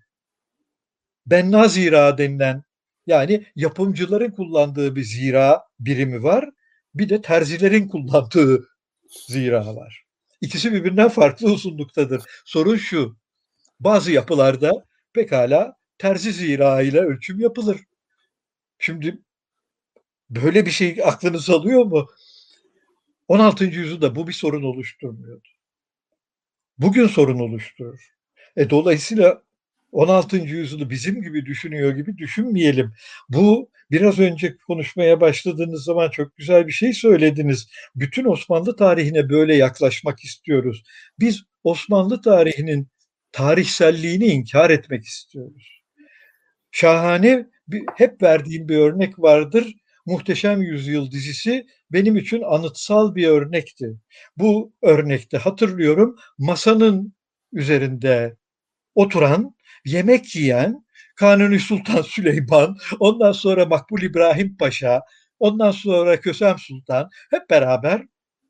Benna zira denilen, yani yapımcıların kullandığı bir zira birimi var. Bir de terzilerin kullandığı zira var. İkisi birbirinden farklı uzunluktadır. Sorun şu: bazı yapılarda pekala terzi zira ile ölçüm yapılır. Şimdi böyle bir şey aklınız alıyor mu? on altıncı yüzyılda bu bir sorun oluşturmuyordu. Bugün sorun oluşturur. E, dolayısıyla on altıncı yüzyılı bizim gibi düşünüyor gibi düşünmeyelim. Bu biraz önce konuşmaya başladığınız zaman çok güzel bir şey söylediniz. Bütün Osmanlı tarihine böyle yaklaşmak istiyoruz. Biz Osmanlı tarihinin tarihselliğini inkar etmek istiyoruz. Şahane, bir, hep verdiğim bir örnek vardır. Muhteşem Yüzyıl dizisi benim için anıtsal bir örnekti. Bu örnekte hatırlıyorum, masanın üzerinde oturan, yemek yiyen Kanuni Sultan Süleyman, ondan sonra Makbul İbrahim Paşa, ondan sonra Kösem Sultan hep beraber,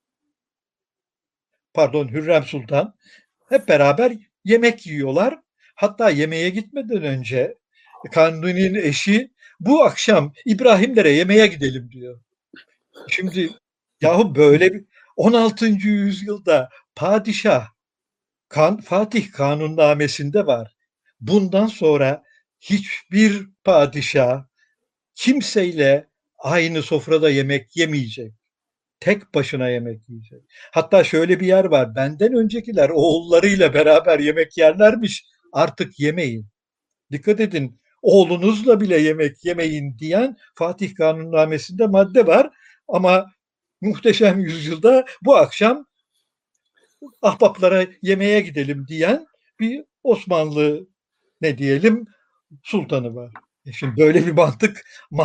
pardon Hürrem Sultan hep beraber yemek yiyorlar. Hatta yemeğe gitmeden önce Kanuni'nin eşi bu akşam İbrahimlere yemeğe gidelim diyor. Şimdi yahu böyle bir on altıncı yüzyılda padişah kan, Fatih kanunnamesinde var. Bundan sonra hiçbir padişah kimseyle aynı sofrada yemek yemeyecek. Tek başına yemek yiyecek. Hatta şöyle bir yer var. Benden öncekiler oğullarıyla beraber yemek yerlermiş. Artık yemeyin. Dikkat edin. Oğlunuzla bile yemek yemeyin diyen Fatih kanunnamesinde madde var. Ama Muhteşem Yüzyılda bu akşam ahbaplara yemeğe gidelim diyen bir Osmanlı, ne diyelim, sultanı var. E şimdi böyle bir mantık,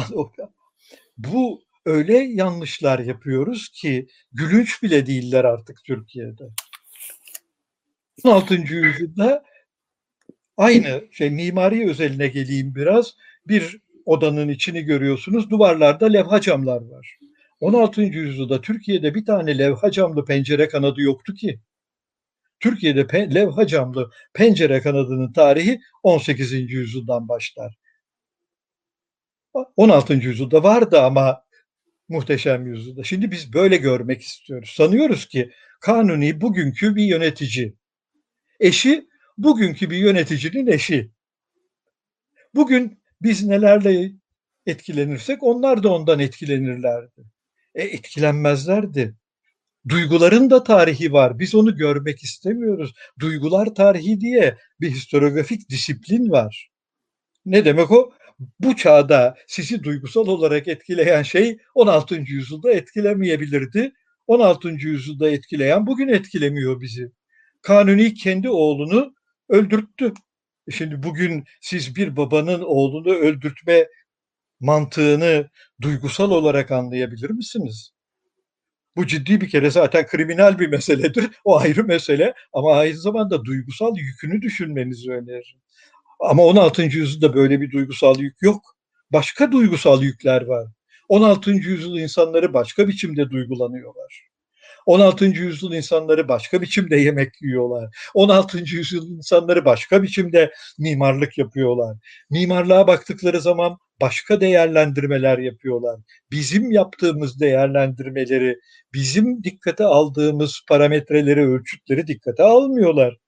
bu öyle yanlışlar yapıyoruz ki gülünç bile değiller artık Türkiye'de. on altıncı yüzyılda aynı şey, mimari özeline geleyim biraz. Bir odanın içini görüyorsunuz, duvarlarda levha camlar var. on altıncı yüzyılda Türkiye'de bir tane levha camlı pencere kanadı yoktu ki. Türkiye'de pe- levha camlı pencere kanadının tarihi on sekizinci yüzyıldan başlar. on altıncı yüzyılda vardı ama Muhteşem Yüzyılda. Şimdi biz böyle görmek istiyoruz. Sanıyoruz ki Kanuni bugünkü bir yönetici. Eşi bugünkü bir yöneticinin eşi. Bugün biz nelerle etkilenirsek onlar da ondan etkilenirlerdi. E, etkilenmezlerdi. Duyguların da tarihi var. Biz onu görmek istemiyoruz. Duygular tarihi diye bir historiografik disiplin var. Ne demek o? Bu çağda sizi duygusal olarak etkileyen şey on altıncı yüzyılda etkilemeyebilirdi. on altıncı yüzyılda etkileyen bugün etkilemiyor bizi. Kanuni kendi oğlunu öldürttü. Şimdi bugün siz bir babanın oğlunu öldürtme mantığını duygusal olarak anlayabilir misiniz? Bu ciddi bir kere zaten kriminal bir meseledir. O ayrı mesele ama aynı zamanda duygusal yükünü düşünmenizi öneririm. Ama on altıncı yüzyılda böyle bir duygusal yük yok. Başka duygusal yükler var. on altıncı yüzyıl insanları başka biçimde duygulanıyorlar. on altıncı yüzyıl insanları başka biçimde yemek yiyorlar. on altıncı yüzyıl insanları başka biçimde mimarlık yapıyorlar. Mimarlığa baktıkları zaman başka değerlendirmeler yapıyorlar. Bizim yaptığımız değerlendirmeleri, bizim dikkate aldığımız parametreleri, ölçütleri dikkate almıyorlar.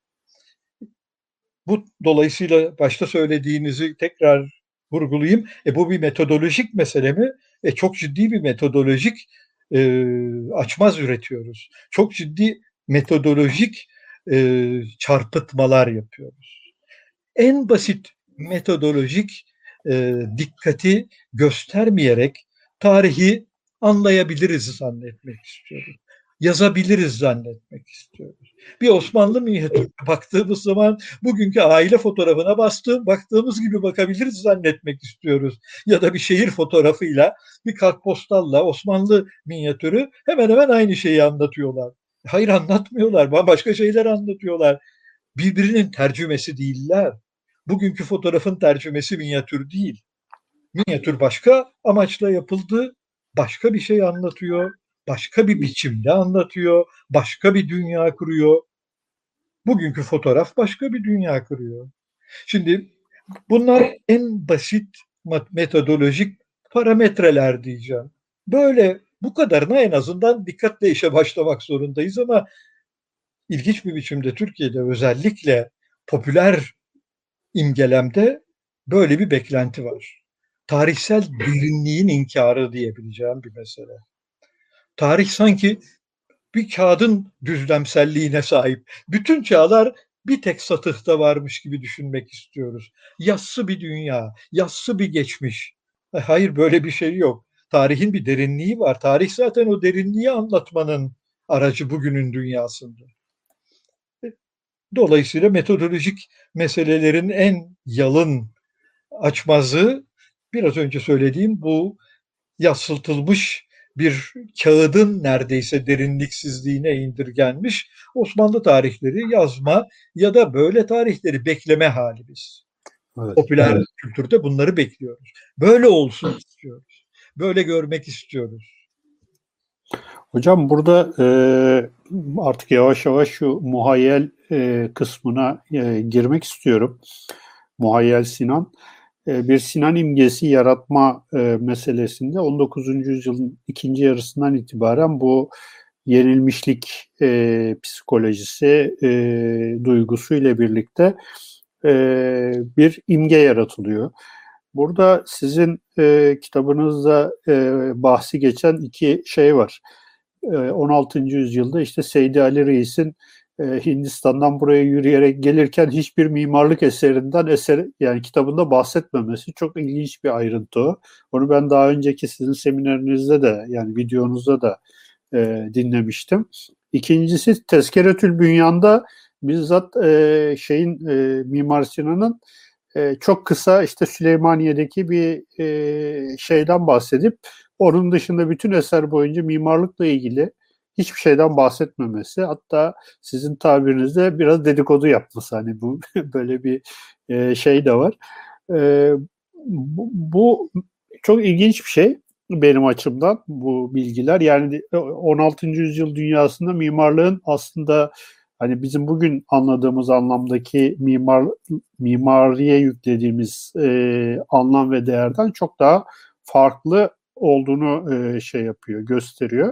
Bu dolayısıyla başta söylediğinizi tekrar vurgulayayım. E bu bir metodolojik mesele mi? E çok ciddi bir metodolojik e, açmaz üretiyoruz. Çok ciddi metodolojik e, çarpıtmalar yapıyoruz. En basit metodolojik e, dikkati göstermeyerek tarihi anlayabiliriz zannetmek istiyorum. Yazabiliriz zannetmek istiyoruz. Bir Osmanlı minyatürüne baktığımız zaman bugünkü aile fotoğrafına bastığım, baktığımız gibi bakabiliriz zannetmek istiyoruz. Ya da bir şehir fotoğrafıyla, bir kartpostalla Osmanlı minyatürü hemen hemen aynı şeyi anlatıyorlar. Hayır, anlatmıyorlar. Bambaşka şeyler anlatıyorlar. Birbirinin tercümesi değiller. Bugünkü fotoğrafın tercümesi minyatür değil. Minyatür başka amaçla yapıldı, başka bir şey anlatıyor, başka bir biçimde anlatıyor, başka bir dünya kuruyor. Bugünkü fotoğraf başka bir dünya kuruyor. Şimdi bunlar en basit metodolojik parametreler diyeceğim. Böyle bu kadarına en azından dikkatle işe başlamak zorundayız ama ilginç bir biçimde Türkiye'de özellikle popüler imgelemde böyle bir beklenti var. Tarihsel derinliğin inkarı diyebileceğim bir mesele. Tarih sanki bir kağıdın düzlemselliğine sahip. Bütün çağlar bir tek satıhta varmış gibi düşünmek istiyoruz. Yassı bir dünya, yassı bir geçmiş. Hayır, böyle bir şey yok. Tarihin bir derinliği var. Tarih zaten o derinliği anlatmanın aracı bugünün dünyasında. Dolayısıyla metodolojik meselelerin en yalın açmazı biraz önce söylediğim bu yassıtılmış bir kağıdın neredeyse derinliksizliğine indirgenmiş Osmanlı tarihleri yazma ya da böyle tarihleri bekleme hali biz. Evet, popüler evet. Kültürde bunları bekliyoruz. Böyle olsun istiyoruz. Böyle görmek istiyoruz. Hocam burada e, artık yavaş yavaş şu muhayyel e, kısmına e, girmek istiyorum. Muhayyel Sinan. E, bir Sinan imgesi yaratma e, meselesinde on dokuzuncu yüzyılın ikinci yarısından itibaren bu yenilmişlik e, psikolojisi e, duygusu ile birlikte e, bir imge yaratılıyor. Burada sizin e, kitabınızda e, bahsi geçen iki şey var. on altıncı yüzyılda işte Seydi Ali Reis'in e, Hindistan'dan buraya yürüyerek gelirken hiçbir mimarlık eserinden eser yani kitabında bahsetmemesi çok ilginç bir ayrıntı o. Onu ben daha önceki sizin seminerinizde de yani videonuzda da e, dinlemiştim. İkincisi Tezkeretül Bünyan'da bizzat e, şeyin e, Mimar Sinan'ın e, çok kısa işte Süleymaniye'deki bir e, şeyden bahsedip onun dışında bütün eser boyunca mimarlıkla ilgili hiçbir şeyden bahsetmemesi, hatta sizin tabirinizde biraz dedikodu yapması, hani bu böyle bir e, şey de var. E, bu, bu çok ilginç bir şey benim açımdan bu bilgiler. Yani on altıncı yüzyıl dünyasında mimarlığın aslında hani bizim bugün anladığımız anlamdaki mimar mimariye yüklediğimiz e, anlam ve değerden çok daha farklı olduğunu e, şey yapıyor, gösteriyor.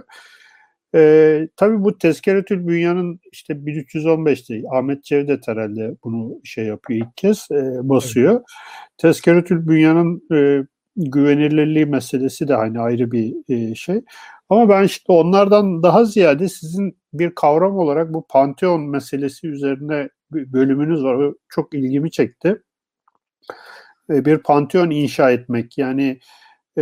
E, tabii bu Tezkeretül Bünyan'ın işte bin üç yüz on beşte Ahmet Cevdet herhalde bunu şey yapıyor ilk kez e, basıyor. Evet. Tezkeretül Bünyan'ın e, güvenilirliği meselesi de hani ayrı bir e, şey. Ama ben işte onlardan daha ziyade sizin bir kavram olarak bu Panteon meselesi üzerine bir bölümünüz var. O çok ilgimi çekti. E, bir Panteon inşa etmek yani e,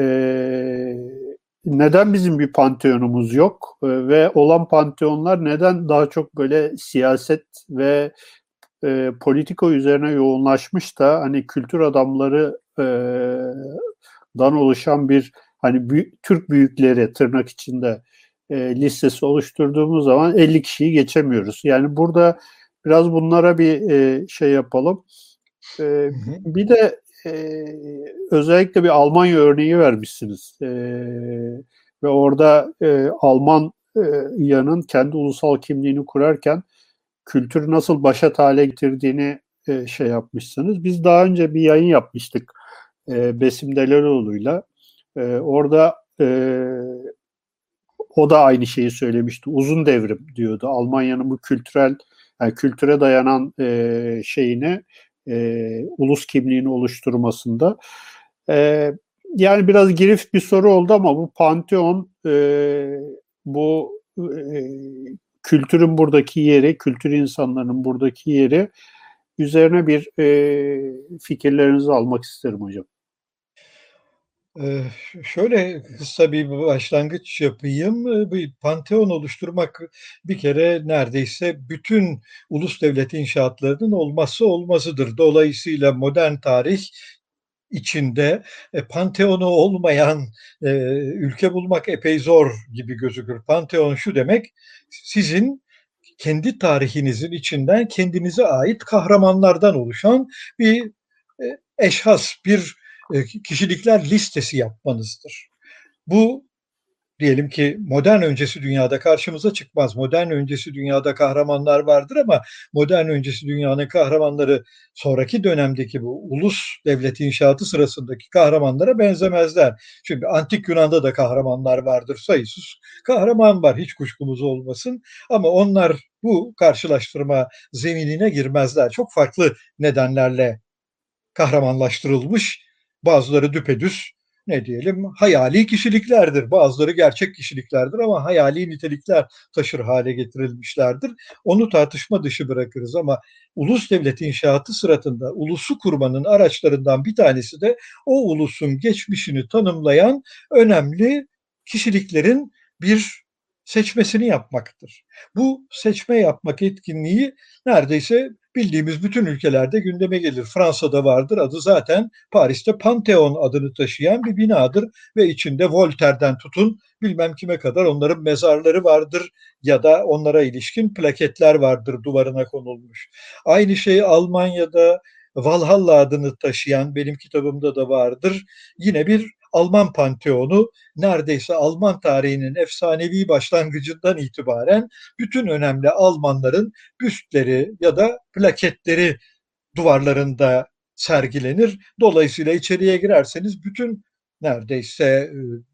neden bizim bir panteonumuz yok e, ve olan panteonlar neden daha çok böyle siyaset ve e, politika üzerine yoğunlaşmış da hani kültür adamları e, dan oluşan bir hani büyük, Türk büyükleri tırnak içinde e, listesi oluşturduğumuz zaman elli kişiyi geçemiyoruz. Yani burada biraz bunlara bir e, şey yapalım. E, hı hı. Bir de e, özellikle bir Almanya örneği vermişsiniz. E, ve orada e, Almanya'nın kendi ulusal kimliğini kurarken kültürü nasıl başat hale getirdiğini e, şey yapmışsınız. Biz daha önce bir yayın yapmıştık e, Besim Delaloğlu'yla. E, orada e, o da aynı şeyi söylemişti. Uzun devrim diyordu. Almanya'nın bu kültürel, yani kültüre dayanan e, şeyini, e, ulus kimliğini oluşturmasında. E, yani biraz girift bir soru oldu ama bu Panteon, e, bu e, kültürün buradaki yeri, kültür insanlarının buradaki yeri üzerine bir e, fikirlerinizi almak isterim hocam. Ee, şöyle kısa bir başlangıç yapayım. Bir panteon oluşturmak bir kere neredeyse bütün ulus devlet inşaatlarının olmazsa olmazıdır. Dolayısıyla modern tarih içinde e, panteonu olmayan e, ülke bulmak epey zor gibi gözükür. Panteon şu demek, sizin kendi tarihinizin içinden kendinize ait kahramanlardan oluşan bir e, eşhas, bir e, kişilikler listesi yapmanızdır. Bu diyelim ki modern öncesi dünyada karşımıza çıkmaz. Modern öncesi dünyada kahramanlar vardır ama modern öncesi dünyanın kahramanları sonraki dönemdeki bu ulus devlet inşaatı sırasındaki kahramanlara benzemezler. Çünkü antik Yunan'da da kahramanlar vardır, sayısız kahraman var, hiç kuşkumuz olmasın. Ama onlar bu karşılaştırma zeminine girmezler. Çok farklı nedenlerle kahramanlaştırılmış, bazıları düpedüz ne diyelim hayali kişiliklerdir. Bazıları gerçek kişiliklerdir ama hayali nitelikler taşır hale getirilmişlerdir. Onu tartışma dışı bırakırız ama ulus devlet inşaatı sırasında ulusu kurmanın araçlarından bir tanesi de o ulusun geçmişini tanımlayan önemli kişiliklerin bir seçmesini yapmaktır. Bu seçme yapmak etkinliği neredeyse bildiğimiz bütün ülkelerde gündeme gelir. Fransa'da vardır, adı zaten Paris'te Pantheon adını taşıyan bir binadır ve içinde Voltaire'den tutun bilmem kime kadar onların mezarları vardır ya da onlara ilişkin plaketler vardır duvarına konulmuş. Aynı şey Almanya'da Valhalla adını taşıyan, benim kitabımda da vardır, yine bir Alman panteonu, neredeyse Alman tarihinin efsanevi başlangıcından itibaren bütün önemli Almanların büstleri ya da plaketleri duvarlarında sergilenir. Dolayısıyla içeriye girerseniz bütün neredeyse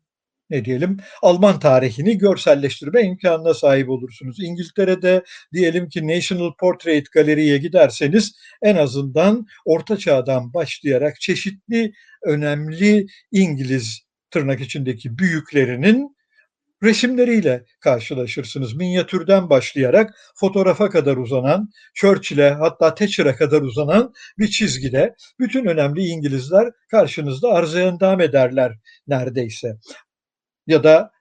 ne diyelim Alman tarihini görselleştirme imkanına sahip olursunuz. İngiltere'de diyelim ki National Portrait Gallery'ye giderseniz en azından Orta Çağ'dan başlayarak çeşitli önemli İngiliz tırnak içindeki büyüklerinin resimleriyle karşılaşırsınız. Minyatürden başlayarak fotoğrafa kadar uzanan, Churchill'e hatta Thatcher'a kadar uzanan bir çizgide bütün önemli İngilizler karşınızda arıza endam ederler neredeyse. Ya da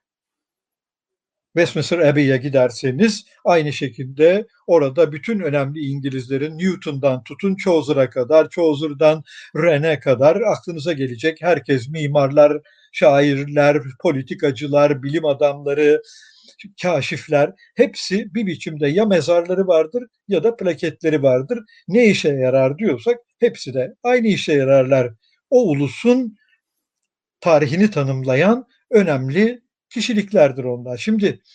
Westminster Abbey'e giderseniz aynı şekilde orada bütün önemli İngilizlerin Newton'dan tutun Chaucer'a kadar, Chaucer'dan Rennes'e kadar aklınıza gelecek herkes, mimarlar, şairler, politikacılar, bilim adamları, kaşifler, hepsi bir biçimde ya mezarları vardır ya da plaketleri vardır. Ne işe yarar diyorsak hepsi de aynı işe yararlar. O ulusun tarihini tanımlayan önemli kişiliklerdir onlar. Şimdi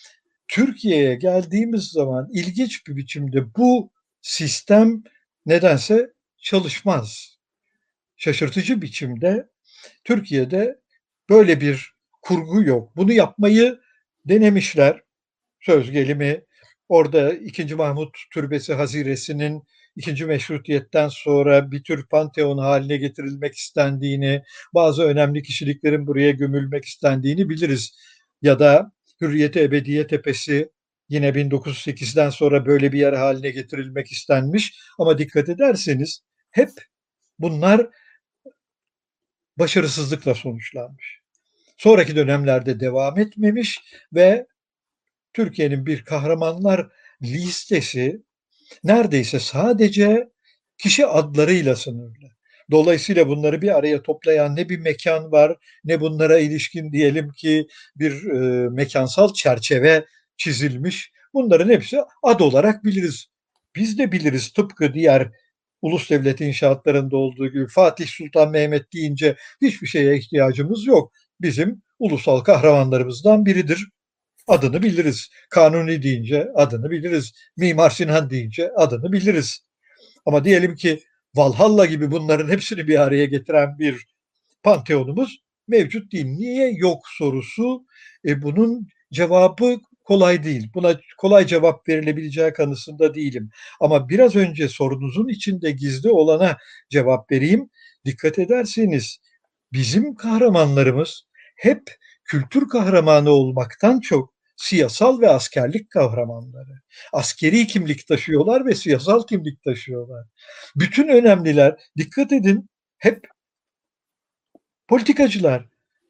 Türkiye'ye geldiğimiz zaman ilginç bir biçimde bu sistem nedense çalışmaz. Şaşırtıcı biçimde Türkiye'de böyle bir kurgu yok. Bunu yapmayı denemişler. Söz gelimi orada ikinci. Mahmut Türbesi Haziresi'nin ikinci Meşrutiyet'ten sonra bir tür panteon haline getirilmek istendiğini, bazı önemli kişiliklerin buraya gömülmek istendiğini biliriz. Ya da Hürriyet-i Ebediye Tepesi yine bin dokuz yüz sekizden sonra böyle bir yer haline getirilmek istenmiş. Ama dikkat ederseniz hep bunlar başarısızlıkla sonuçlanmış. Sonraki dönemlerde devam etmemiş ve Türkiye'nin bir kahramanlar listesi neredeyse sadece kişi adlarıyla sınırlı. Dolayısıyla bunları bir araya toplayan ne bir mekan var, ne bunlara ilişkin diyelim ki bir e, mekansal çerçeve çizilmiş. Bunların hepsi ad olarak biliriz. Biz de biliriz, tıpkı diğer ulus devlet inşaatlarında olduğu gibi Fatih Sultan Mehmet deyince hiçbir şeye ihtiyacımız yok. Bizim ulusal kahramanlarımızdan biridir. Adını biliriz. Kanuni deyince adını biliriz. Mimar Sinan deyince adını biliriz. Ama diyelim ki Valhalla gibi bunların hepsini bir araya getiren bir panteonumuz mevcut değil. Niye yok sorusu, e, bunun cevabı kolay değil. Buna kolay cevap verilebileceği kanısında değilim. Ama biraz önce sorunuzun içinde gizli olana cevap vereyim. Dikkat ederseniz bizim kahramanlarımız hep kültür kahramanı olmaktan çok siyasal ve askerlik kahramanları. Askeri kimlik taşıyorlar ve siyasal kimlik taşıyorlar. Bütün önemliler, dikkat edin, hep politikacılar.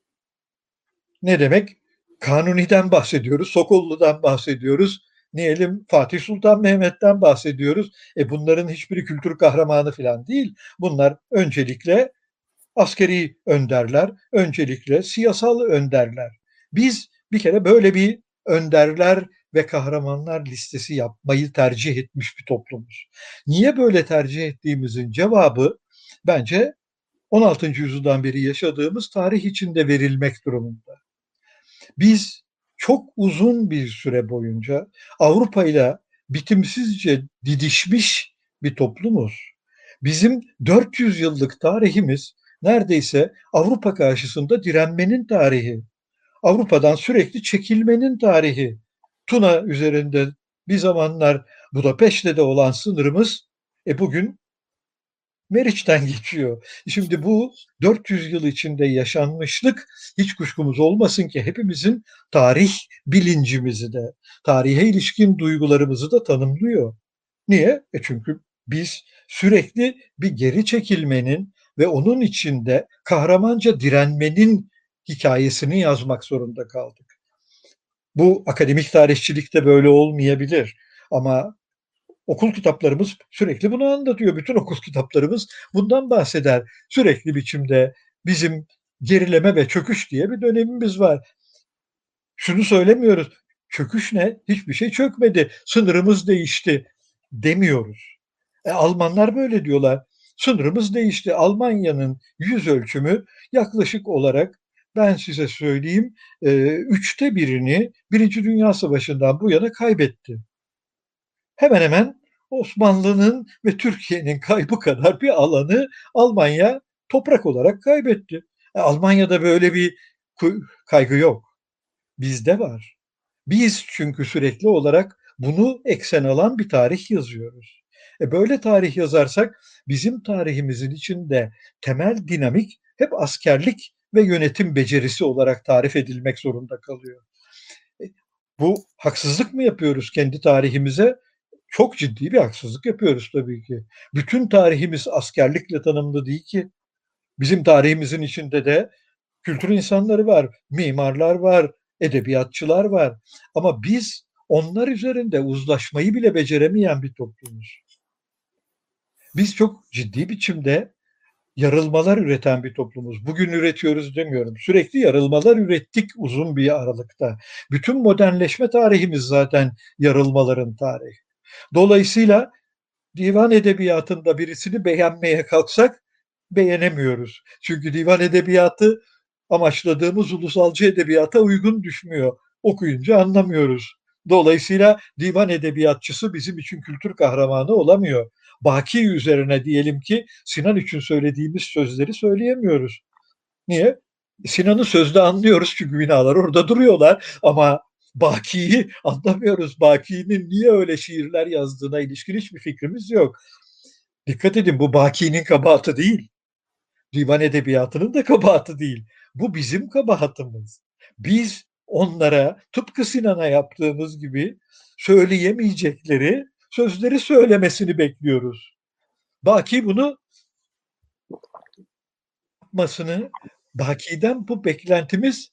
Ne demek? Kanuni'den bahsediyoruz, Sokollu'dan bahsediyoruz. Diyelim Fatih Sultan Mehmet'ten bahsediyoruz. E bunların hiçbiri kültür kahramanı falan değil. Bunlar öncelikle askeri önderler, öncelikle siyasal önderler. Biz bir kere böyle bir önderler ve kahramanlar listesi yapmayı tercih etmiş bir toplumuz. Niye böyle tercih ettiğimizin cevabı bence on altıncı yüzyıldan beri yaşadığımız tarih içinde verilmek durumunda. Biz çok uzun bir süre boyunca Avrupa ile bitimsizce didişmiş bir toplumuz. Bizim dört yüz yıllık tarihimiz neredeyse Avrupa karşısında direnmenin tarihi. Avrupa'dan sürekli çekilmenin tarihi. Tuna üzerinde bir zamanlar Budapeşte'de olan sınırımız e bugün Meriç'ten geçiyor. Şimdi bu dört yüz yıl içinde yaşanmışlık, hiç kuşkumuz olmasın ki hepimizin tarih bilincimizi de, tarihe ilişkin duygularımızı da tanımlıyor. Niye? E çünkü biz sürekli bir geri çekilmenin ve onun içinde kahramanca direnmenin hikayesini yazmak zorunda kaldık. Bu akademik tarihçilikte böyle olmayabilir ama okul kitaplarımız sürekli bunu anlatıyor. Bütün okul kitaplarımız bundan bahseder. Sürekli biçimde bizim gerileme ve çöküş diye bir dönemimiz var. Şunu söylemiyoruz. Çöküş ne? Hiçbir şey çökmedi. Sınırımız değişti demiyoruz. E, Almanlar böyle diyorlar. Sınırımız değişti. Almanya'nın yüz ölçümü yaklaşık olarak, ben size söyleyeyim, e, üçte birini Birinci Dünya Savaşı'ndan bu yana kaybetti. Hemen hemen Osmanlı'nın ve Türkiye'nin kaybı kadar bir alanı Almanya toprak olarak kaybetti. E, Almanya'da böyle bir kaygı yok. Bizde var. Biz çünkü sürekli olarak bunu eksen alan bir tarih yazıyoruz. E böyle tarih yazarsak bizim tarihimizin içinde temel dinamik hep askerlik ve yönetim becerisi olarak tarif edilmek zorunda kalıyor. E, bu haksızlık mı yapıyoruz kendi tarihimize? Çok ciddi bir haksızlık yapıyoruz tabii ki. Bütün tarihimiz askerlikle tanımlı değil ki. Bizim tarihimizin içinde de kültür insanları var, mimarlar var, edebiyatçılar var. Ama biz onlar üzerinde uzlaşmayı bile beceremeyen bir toplumuz. Biz çok ciddi biçimde yarılmalar üreten bir toplumuz. Bugün üretiyoruz demiyorum. Sürekli yarılmalar ürettik uzun bir aralıkta. Bütün modernleşme tarihimiz zaten yarılmaların tarihi. Dolayısıyla divan edebiyatında birisini beğenmeye kalksak beğenemiyoruz. Çünkü divan edebiyatı amaçladığımız ulusalcı edebiyata uygun düşmüyor. Okuyunca anlamıyoruz. Dolayısıyla divan edebiyatçısı bizim için kültür kahramanı olamıyor. Baki üzerine diyelim ki Sinan için söylediğimiz sözleri söyleyemiyoruz. Niye? Sinan'ı sözde anlıyoruz çünkü binalar orada duruyorlar ama Baki'yi anlamıyoruz. Baki'nin niye öyle şiirler yazdığına ilişkin hiçbir fikrimiz yok. Dikkat edin, bu Baki'nin kabahati değil. Divan edebiyatının da kabahati değil. Bu bizim kabahatimiz. Biz onlara tıpkı Sinan'a yaptığımız gibi söyleyemeyecekleri sözleri söylemesini bekliyoruz. Baki bunu yapmasını, Baki'den bu beklentimiz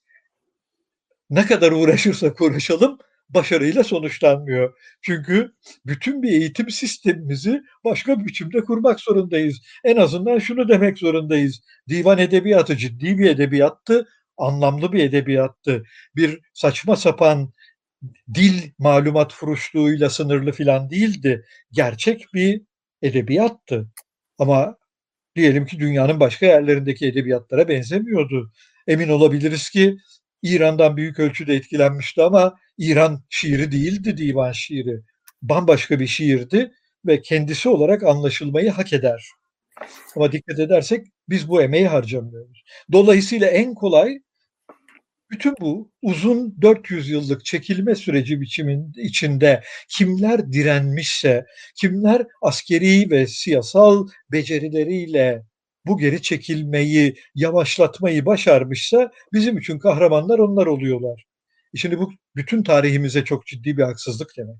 ne kadar uğraşırsak uğraşalım başarıyla sonuçlanmıyor. Çünkü bütün bir eğitim sistemimizi başka bir biçimde kurmak zorundayız. En azından şunu demek zorundayız. Divan edebiyatı ciddi bir edebiyattı, anlamlı bir edebiyattı. Bir saçma sapan dil malumat furuşluğuyla sınırlı filan değildi. Gerçek bir edebiyattı. Ama diyelim ki dünyanın başka yerlerindeki edebiyatlara benzemiyordu. Emin olabiliriz ki İran'dan büyük ölçüde etkilenmişti ama İran şiiri değildi, divan şiiri. Bambaşka bir şiirdi ve kendisi olarak anlaşılmayı hak eder. Ama dikkat edersek biz bu emeği harcamıyoruz. Dolayısıyla en kolay bütün bu uzun dört yüz yıllık çekilme süreci biçimin içinde kimler direnmişse, kimler askeri ve siyasal becerileriyle bu geri çekilmeyi, yavaşlatmayı başarmışsa bizim için kahramanlar onlar oluyorlar. Şimdi bu bütün tarihimize çok ciddi bir haksızlık demek.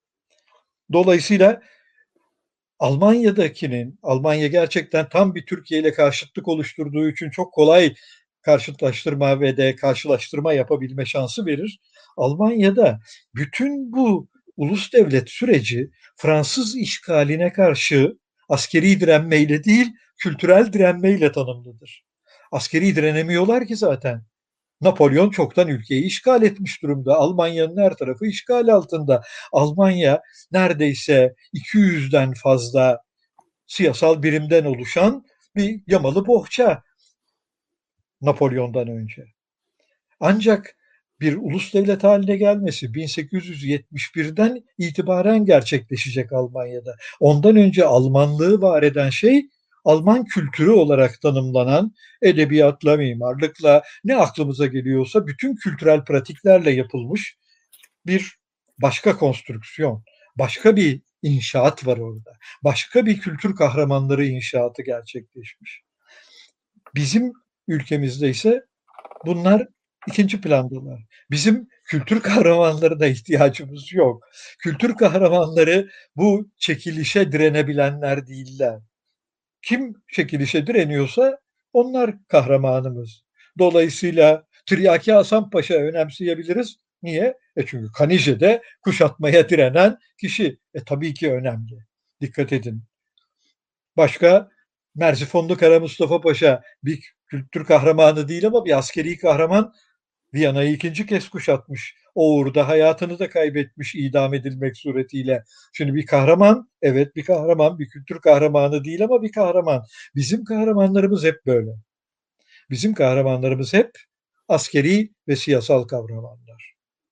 Dolayısıyla Almanya'dakinin, Almanya gerçekten tam bir Türkiye ile karşıtlık oluşturduğu için çok kolay karşılaştırma ve de karşılaştırma yapabilme şansı verir. Almanya'da bütün bu ulus devlet süreci Fransız işgaline karşı askeri direnmeyle değil, kültürel direnmeyle tanımlıdır. Askeri direnemiyorlar ki zaten. Napolyon çoktan ülkeyi işgal etmiş durumda. Almanya'nın her tarafı işgal altında. Almanya neredeyse iki yüzden fazla siyasal birimden oluşan bir yamalı bohça Napolyon'dan önce. Ancak bir ulus devlet haline gelmesi bin sekiz yüz yetmiş birden itibaren gerçekleşecek Almanya'da. Ondan önce Almanlığı var eden şey Alman kültürü olarak tanımlanan edebiyatla, mimarlıkla, ne aklımıza geliyorsa bütün kültürel pratiklerle yapılmış bir başka konstrüksiyon, başka bir inşaat var orada. Başka bir kültür kahramanları inşaatı gerçekleşmiş. Bizim ülkemizde ise bunlar ikinci plandalar. Bizim kültür kahramanlarına ihtiyacımız yok. Kültür kahramanları bu çekilişe direnebilenler değiller. Kim çekilişe direniyorsa onlar kahramanımız. Dolayısıyla Tiryaki Hasan Paşa önemseyebiliriz. Niye? E çünkü Kanice'de kuşatmaya direnen kişi. E tabii ki önemli. Dikkat edin. Başka Merzifonlu Kara Mustafa Paşa bir kültür kahramanı değil ama bir askeri kahraman. Viyana'yı ikinci kez kuşatmış. O uğurda hayatını da kaybetmiş idam edilmek suretiyle. Şimdi bir kahraman, evet bir kahraman, bir kültür kahramanı değil ama bir kahraman. Bizim kahramanlarımız hep böyle. Bizim kahramanlarımız hep askeri ve siyasal kahramanlar.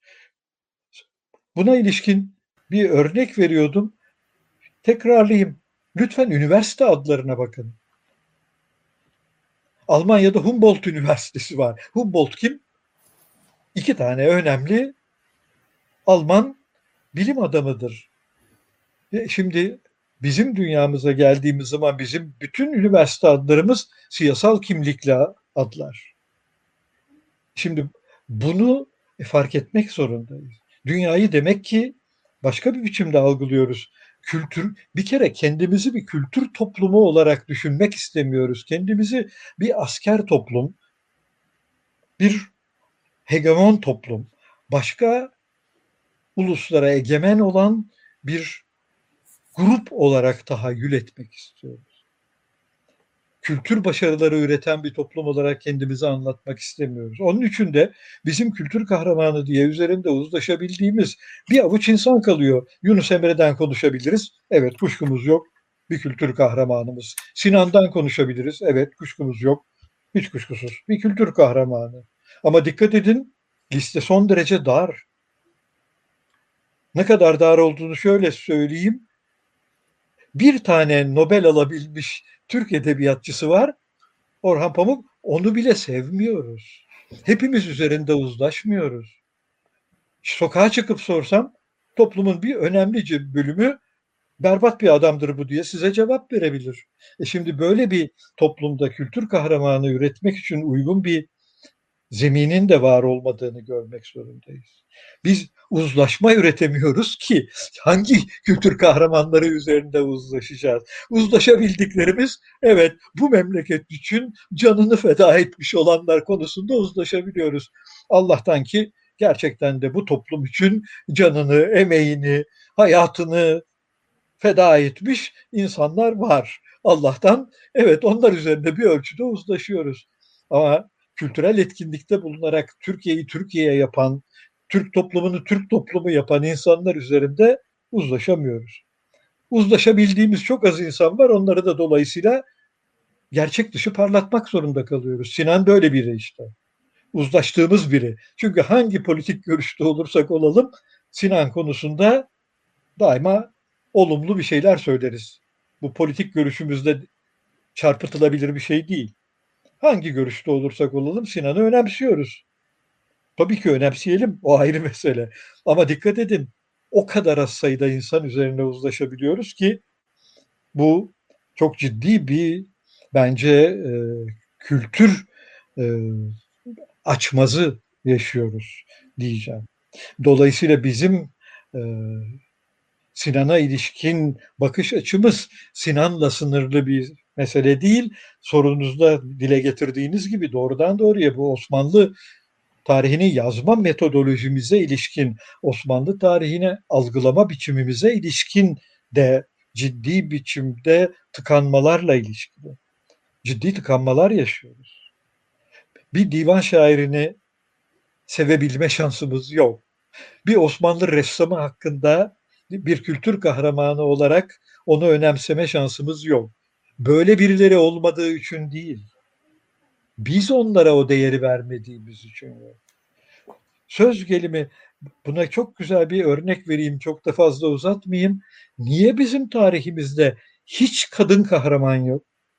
Buna ilişkin bir örnek veriyordum. Tekrarlayayım. Lütfen üniversite adlarına bakın. Almanya'da Humboldt Üniversitesi var. Humboldt kim? İki tane önemli Alman bilim adamıdır. Ve şimdi bizim dünyamıza geldiğimiz zaman bizim bütün üniversite adlarımız siyasal kimlikli adlar. Şimdi bunu fark etmek zorundayız. Dünyayı demek ki başka bir biçimde algılıyoruz. Kültür, bir kere kendimizi bir kültür toplumu olarak düşünmek istemiyoruz. Kendimizi bir asker toplum, bir hegemon toplum, başka uluslara egemen olan bir grup olarak tahayyül etmek istiyoruz. Kültür başarıları üreten bir toplum olarak kendimizi anlatmak istemiyoruz. Onun için de bizim kültür kahramanı diye üzerinde uzlaşabildiğimiz bir avuç insan kalıyor. Yunus Emre'den konuşabiliriz. Evet, kuşkumuz yok. Bir kültür kahramanımız. Sinan'dan konuşabiliriz. Evet, kuşkumuz yok. Hiç kuşkusuz. Bir kültür kahramanı. Ama dikkat edin, liste son derece dar. Ne kadar dar olduğunu şöyle söyleyeyim. Bir tane Nobel alabilmiş Türk edebiyatçısı var, Orhan Pamuk. Onu bile sevmiyoruz. Hepimiz üzerinde uzlaşmıyoruz. Sokağa çıkıp sorsam toplumun bir önemli bölümü berbat bir adamdır bu diye size cevap verebilir. E şimdi böyle bir toplumda kültür kahramanı üretmek için uygun bir zeminin de var olmadığını görmek zorundayız. Biz uzlaşma üretemiyoruz ki hangi kültür kahramanları üzerinde uzlaşacağız? Uzlaşabildiklerimiz, evet, bu memleket için canını feda etmiş olanlar konusunda uzlaşabiliyoruz. Allah'tan ki gerçekten de bu toplum için canını, emeğini, hayatını feda etmiş insanlar var. Allah'tan, evet, onlar üzerinde bir ölçüde uzlaşıyoruz. Ama kültürel etkinlikte bulunarak Türkiye'yi Türkiye yapan, Türk toplumunu Türk toplumu yapan insanlar üzerinde uzlaşamıyoruz. Uzlaşabildiğimiz çok az insan var. Onları da dolayısıyla gerçek dışı parlatmak zorunda kalıyoruz. Sinan böyle biri işte. Uzlaştığımız biri. Çünkü hangi politik görüşte olursak olalım Sinan konusunda daima olumlu bir şeyler söyleriz. Bu politik görüşümüzde çarpıtılabilir bir şey değil. Hangi görüşte olursak olalım Sinan'ı önemsiyoruz. Tabii ki önemseyelim, o ayrı mesele. Ama dikkat edin, o kadar az sayıda insan üzerine uzlaşabiliyoruz ki bu çok ciddi bir, bence e, kültür e, açmazı yaşıyoruz diyeceğim. Dolayısıyla bizim e, Sinan'a ilişkin bakış açımız Sinan'la sınırlı bir mesele değil. Sorunuzda dile getirdiğiniz gibi doğrudan doğruya bu Osmanlı tarihini yazma metodolojimize ilişkin, Osmanlı tarihine algılama biçimimize ilişkin de ciddi biçimde tıkanmalarla ilişkili. Ciddi tıkanmalar yaşıyoruz. Bir divan şairini sevebilme şansımız yok. Bir Osmanlı ressamı hakkında bir kültür kahramanı olarak onu önemseme şansımız yok. Böyle birileri olmadığı için değil. Biz onlara o değeri vermediğimiz için yok. Söz gelimi, buna çok güzel bir örnek vereyim, çok da fazla uzatmayayım. Niye bizim tarihimizde hiç kadın kahraman yok?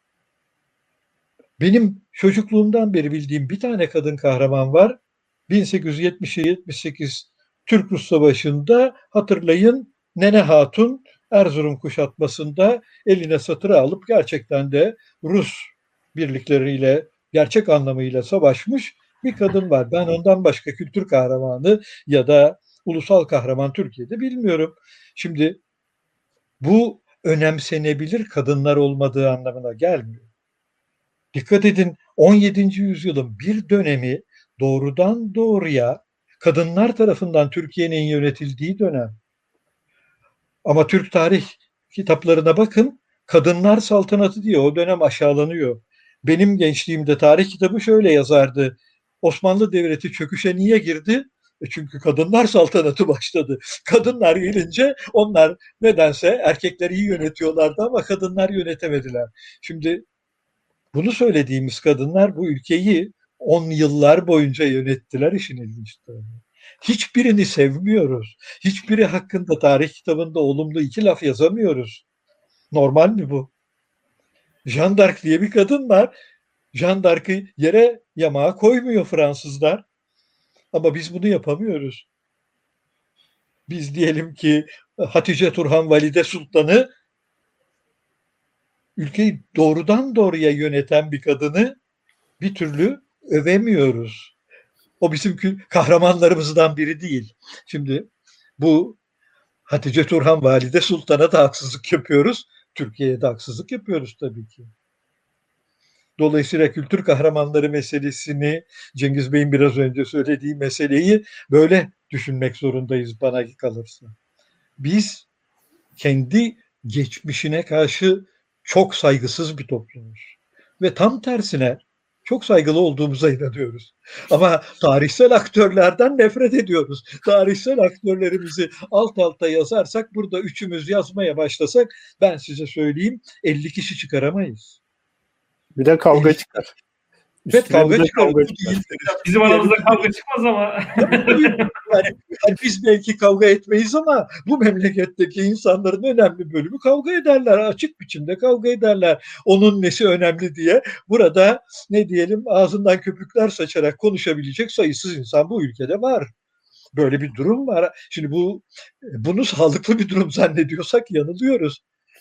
Benim çocukluğumdan beri bildiğim bir tane kadın kahraman var. bin sekiz yüz yetmiş yetmiş sekiz Türk-Rus Savaşı'nda hatırlayın, Nene Hatun Erzurum kuşatmasında eline satırı alıp gerçekten de Rus birlikleriyle gerçek anlamıyla savaşmış bir kadın var. Ben ondan başka kültür kahramanı ya da ulusal kahraman Türkiye'de bilmiyorum. Şimdi bu önemsenebilir kadınlar olmadığı anlamına gelmiyor. Dikkat edin, on yedinci yüzyılın bir dönemi doğrudan doğruya kadınlar tarafından Türkiye'nin yönetildiği dönem. Ama Türk tarih kitaplarına bakın, kadınlar saltanatı diye o dönem aşağılanıyor. Benim gençliğimde tarih kitabı şöyle yazardı: Osmanlı Devleti çöküşe niye girdi? E çünkü kadınlar saltanatı başladı. Kadınlar gelince onlar nedense erkekler iyi yönetiyorlardı ama kadınlar yönetemediler. Şimdi bunu söylediğimiz kadınlar bu ülkeyi on yıllar boyunca yönettiler, işin ilginç tarafı. Hiçbirini sevmiyoruz. Hiçbiri hakkında tarih kitabında olumlu iki laf yazamıyoruz. Normal mi bu? Jeanne d'Arc diye bir kadın var. Jeanne d'Arc'ı yere yamağa koymuyor Fransızlar. Ama biz bunu yapamıyoruz. Biz diyelim ki Hatice Turhan Valide Sultan'ı, ülkeyi doğrudan doğruya yöneten bir kadını bir türlü övemiyoruz. O bizim kahramanlarımızdan biri değil. Şimdi bu Hatice Turhan Valide Sultan'a da haksızlık yapıyoruz. Türkiye'ye de haksızlık yapıyoruz tabii ki. Dolayısıyla kültür kahramanları meselesini, Cengiz Bey'in biraz önce söylediği meseleyi böyle düşünmek zorundayız bana kalırsa. Biz kendi geçmişine karşı çok saygısız bir toplumuz. Ve tam tersine çok saygılı olduğumuza inanıyoruz. Ama tarihsel aktörlerden nefret ediyoruz. Tarihsel aktörlerimizi alt alta yazarsak, burada üçümüz yazmaya başlasak, ben size söyleyeyim, elli kişi çıkaramayız. Bir de kavga çıkar. Ve kavga Üstüne çıkarır. kavga Bu değil deriz. Bizim aramızda kavga çıkmaz ama. yani, yani biz belki kavga etmeyiz ama bu memleketteki insanların önemli bölümü kavga ederler. Açık biçimde kavga ederler. Onun nesi önemli diye. Burada ne diyelim ağzından köpükler saçarak konuşabilecek sayısız insan bu ülkede var. Böyle bir durum var. Şimdi bu bunu sağlıklı bir durum zannediyorsak yanılıyoruz.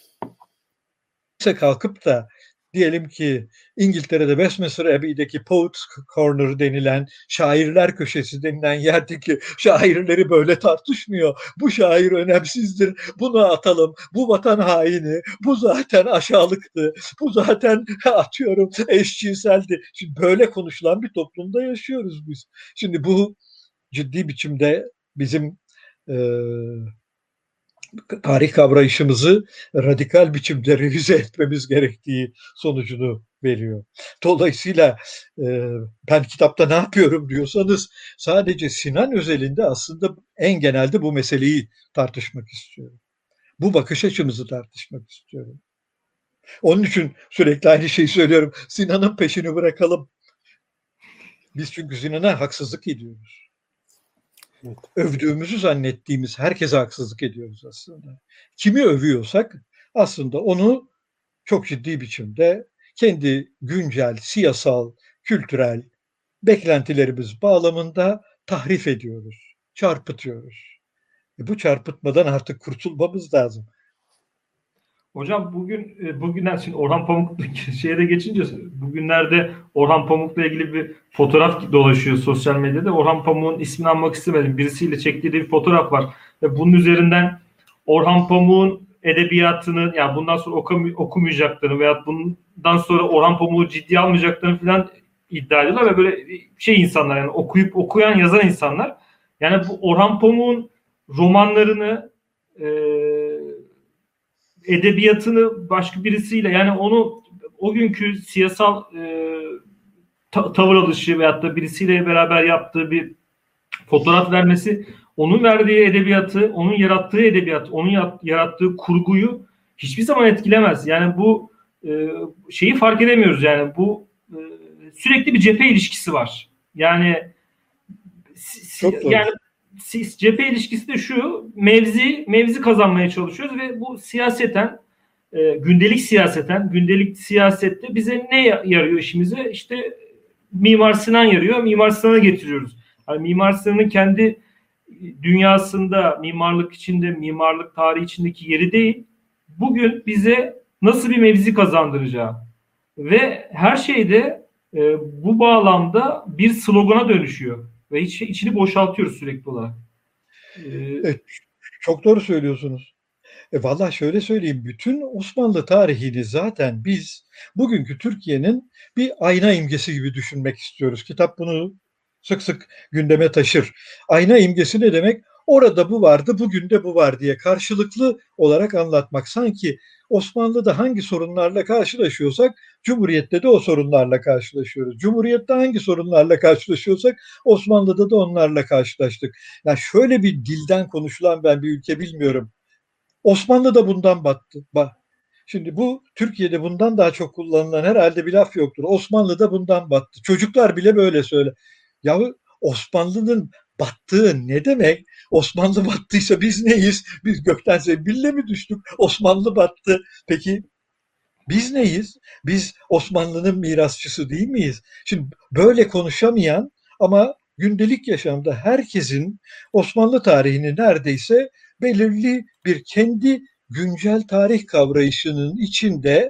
Kalkıp da diyelim ki İngiltere'de Westminster Abbey'deki Poets Corner denilen, şairler köşesi denilen yerdeki şairleri böyle tartışmıyor. Bu şair önemsizdir, bunu atalım, bu vatan haini, bu zaten aşağılıktı, bu zaten atıyorum eşcinseldi. Şimdi böyle konuşulan bir toplumda yaşıyoruz biz. Şimdi bu ciddi biçimde bizim e, tarih kavrayışımızı radikal biçimde revize etmemiz gerektiği sonucunu veriyor. Dolayısıyla e, ben kitapta ne yapıyorum diyorsanız sadece Sinan özelinde aslında en genelde bu meseleyi tartışmak istiyorum. Bu bakış açımızı tartışmak istiyorum. Onun için sürekli aynı şeyi söylüyorum. Sinan'ın peşini bırakalım. Biz çünkü Sinan'a haksızlık ediyoruz. Evet. Övdüğümüzü zannettiğimiz herkese haksızlık ediyoruz aslında. Kimi övüyorsak aslında onu çok ciddi biçimde kendi güncel, siyasal, kültürel beklentilerimiz bağlamında tahrif ediyoruz, çarpıtıyoruz. E bu çarpıtmadan artık kurtulmamız lazım. Hocam bugün bugünler şimdi Orhan Pamuk şeye de geçince bugünlerde Orhan Pamuk'la ilgili bir fotoğraf dolaşıyor sosyal medyada. Orhan Pamuk'un ismini anmak istemedim. Birisiyle çektiği bir fotoğraf var. Ve bunun üzerinden Orhan Pamuk'un edebiyatını yani bundan sonra okum, okumayacaklarını veya bundan sonra Orhan Pamuk'u ciddiye almayacaklarını falan iddia ediyorlar ve böyle şey insanlar yani okuyup okuyan yazan insanlar yani bu Orhan Pamuk'un romanlarını eee edebiyatını başka birisiyle yani onu o günkü siyasal e, ta, tavır alışı veyahut da birisiyle beraber yaptığı bir fotoğraf vermesi onun verdiği edebiyatı, onun yarattığı edebiyat, onun yarattığı kurguyu hiçbir zaman etkilemez. Yani bu e, şeyi fark edemiyoruz yani bu e, sürekli bir cephe ilişkisi var. Yani yani cephe ilişkisi de şu mevzi mevzi kazanmaya çalışıyoruz ve bu siyaseten e, gündelik siyaseten gündelik siyasette bize ne yarıyor işimize işte Mimar Sinan yarıyor Mimar Sinan'ı getiriyoruz. Yani Mimar Sinan'ın kendi dünyasında mimarlık içinde mimarlık tarihi içindeki yeri değil bugün bize nasıl bir mevzi kazandıracağı ve her şeyde e, bu bağlamda bir slogana dönüşüyor. Ve iç, içini boşaltıyoruz sürekli olarak. Ee, evet, çok doğru söylüyorsunuz. E vallahi şöyle söyleyeyim, bütün Osmanlı tarihini zaten biz bugünkü Türkiye'nin bir ayna imgesi gibi düşünmek istiyoruz. Kitap bunu sık sık gündeme taşır. Ayna imgesi ne demek? Orada bu vardı, bugün de bu var diye karşılıklı olarak anlatmak. Sanki Osmanlı'da hangi sorunlarla karşılaşıyorsak Cumhuriyet'te de o sorunlarla karşılaşıyoruz. Cumhuriyet'te hangi sorunlarla karşılaşıyorsak Osmanlı'da da onlarla karşılaştık. Yani şöyle bir dilden konuşulan ben bir ülke bilmiyorum. Osmanlı da bundan battı. Bak. Şimdi bu Türkiye'de bundan daha çok kullanılan herhalde bir laf yoktur. Osmanlı da bundan battı. Çocuklar bile böyle söyle. Ya Osmanlı'nın battığı ne demek? Osmanlı battıysa biz neyiz? Biz gökten zembille mi düştük? Osmanlı battı. Peki biz neyiz? Biz Osmanlı'nın mirasçısı değil miyiz? Şimdi böyle konuşamayan ama gündelik yaşamda herkesin Osmanlı tarihini neredeyse belirli bir kendi güncel tarih kavrayışının içinde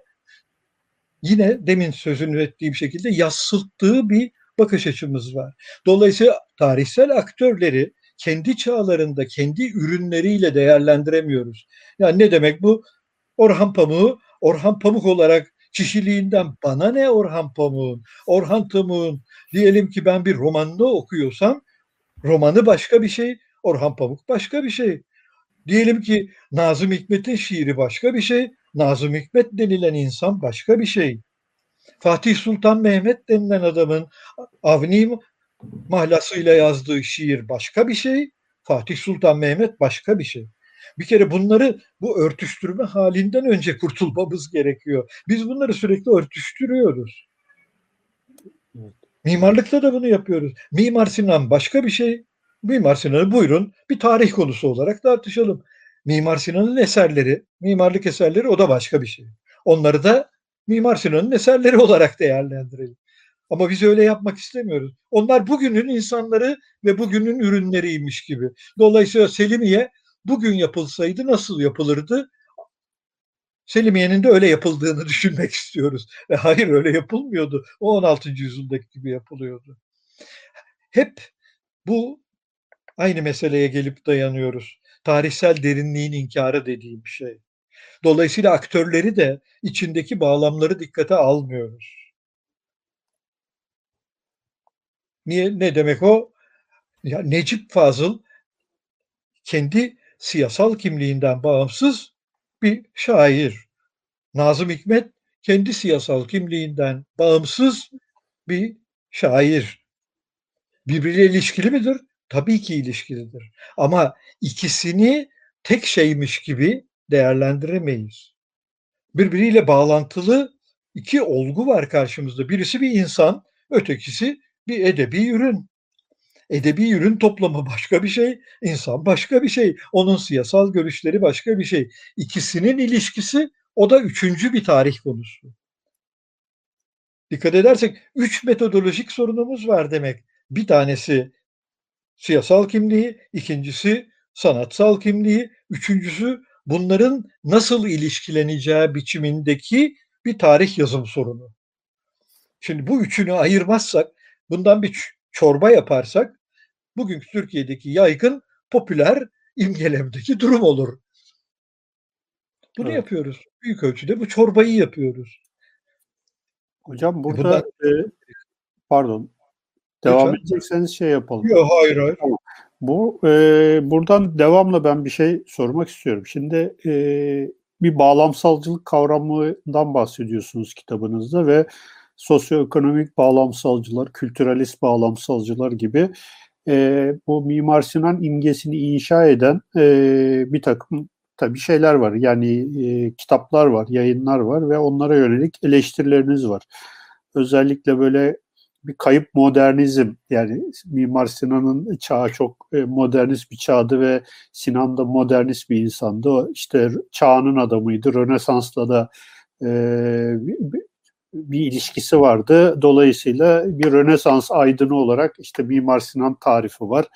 yine demin sözünü ettiğim şekilde yassıttığı bir bakış açımız var. Dolayısıyla tarihsel aktörleri kendi çağlarında kendi ürünleriyle değerlendiremiyoruz. Yani ne demek bu? Orhan Pamuk'u Orhan Pamuk olarak kişiliğinden bana ne Orhan Pamuk'un? Orhan Pamuk'un diyelim ki ben bir romanını okuyorsam romanı başka bir şey, Orhan Pamuk başka bir şey. Diyelim ki Nazım Hikmet'in şiiri başka bir şey, Nazım Hikmet denilen insan başka bir şey. Fatih Sultan Mehmet denilen adamın Avni mahlasıyla yazdığı şiir başka bir şey, Fatih Sultan Mehmet başka bir şey. Bir kere bunları bu örtüştürme halinden önce kurtulmamız gerekiyor. Biz bunları sürekli örtüştürüyoruz. Evet. Mimarlıkta da bunu yapıyoruz. Mimar Sinan başka bir şey. Mimar Sinan'ı buyurun bir tarih konusu olarak tartışalım. Mimar Sinan'ın eserleri, mimarlık eserleri o da başka bir şey. Onları da Mimar Sinan'ın eserleri olarak değerlendirelim. Ama biz öyle yapmak istemiyoruz. Onlar bugünün insanları ve bugünün ürünleriymiş gibi. Dolayısıyla Selimiye bugün yapılsaydı nasıl yapılırdı? Selimiye'nin de öyle yapıldığını düşünmek istiyoruz. Ve hayır, öyle yapılmıyordu. O on altıncı yüzyıldaki gibi yapılıyordu. Hep bu aynı meseleye gelip dayanıyoruz. Tarihsel derinliğin inkarı dediğim şey. Dolayısıyla aktörleri de içindeki bağlamları dikkate almıyoruz. Niye? Ne demek o? Ya Necip Fazıl kendi siyasal kimliğinden bağımsız bir şair. Nazım Hikmet kendi siyasal kimliğinden bağımsız bir şair. Birbiriyle ilişkili midir? Tabii ki ilişkilidir. Ama ikisini tek şeymiş gibi değerlendiremeyiz. Birbiriyle bağlantılı iki olgu var karşımızda. Birisi bir insan, ötekisi bir edebi ürün. Edebi ürün toplamı başka bir şey, insan başka bir şey. Onun siyasal görüşleri başka bir şey. İkisinin ilişkisi, o da üçüncü bir tarih konusu. Dikkat edersek üç metodolojik sorunumuz var demek. Bir tanesi siyasal kimliği, ikincisi sanatsal kimliği, üçüncüsü bunların nasıl ilişkileneceği biçimindeki bir tarih yazım sorunu. Şimdi bu üçünü ayırmazsak, bundan bir çorba yaparsak, bugünkü Türkiye'deki yaygın popüler imgelemdeki durum olur. Bunu Evet. yapıyoruz. Büyük ölçüde bu çorbayı yapıyoruz. Hocam E burada bundan, e, pardon, devam lütfen. edecekseniz şey yapalım. Yok, hayır hayır. Tamam. Bu e, buradan devamla ben bir şey sormak istiyorum. Şimdi e, bir bağlamsalcılık kavramından bahsediyorsunuz kitabınızda ve sosyoekonomik bağlamsalcılar, kültüralist bağlamsalcılar gibi e, bu Mimar Sinan imgesini inşa eden e, bir takım tabii şeyler var. Yani e, kitaplar var, yayınlar var ve onlara yönelik eleştirileriniz var. Özellikle böyle bir kayıp modernizm, yani Mimar Sinan'ın çağı çok e, modernist bir çağdı ve Sinan da modernist bir insandı. O işte çağının adamıydı. Rönesans'la da e, bir, bir ilişkisi vardı. Dolayısıyla bir Rönesans aydını olarak işte Mimar Sinan tarifi var.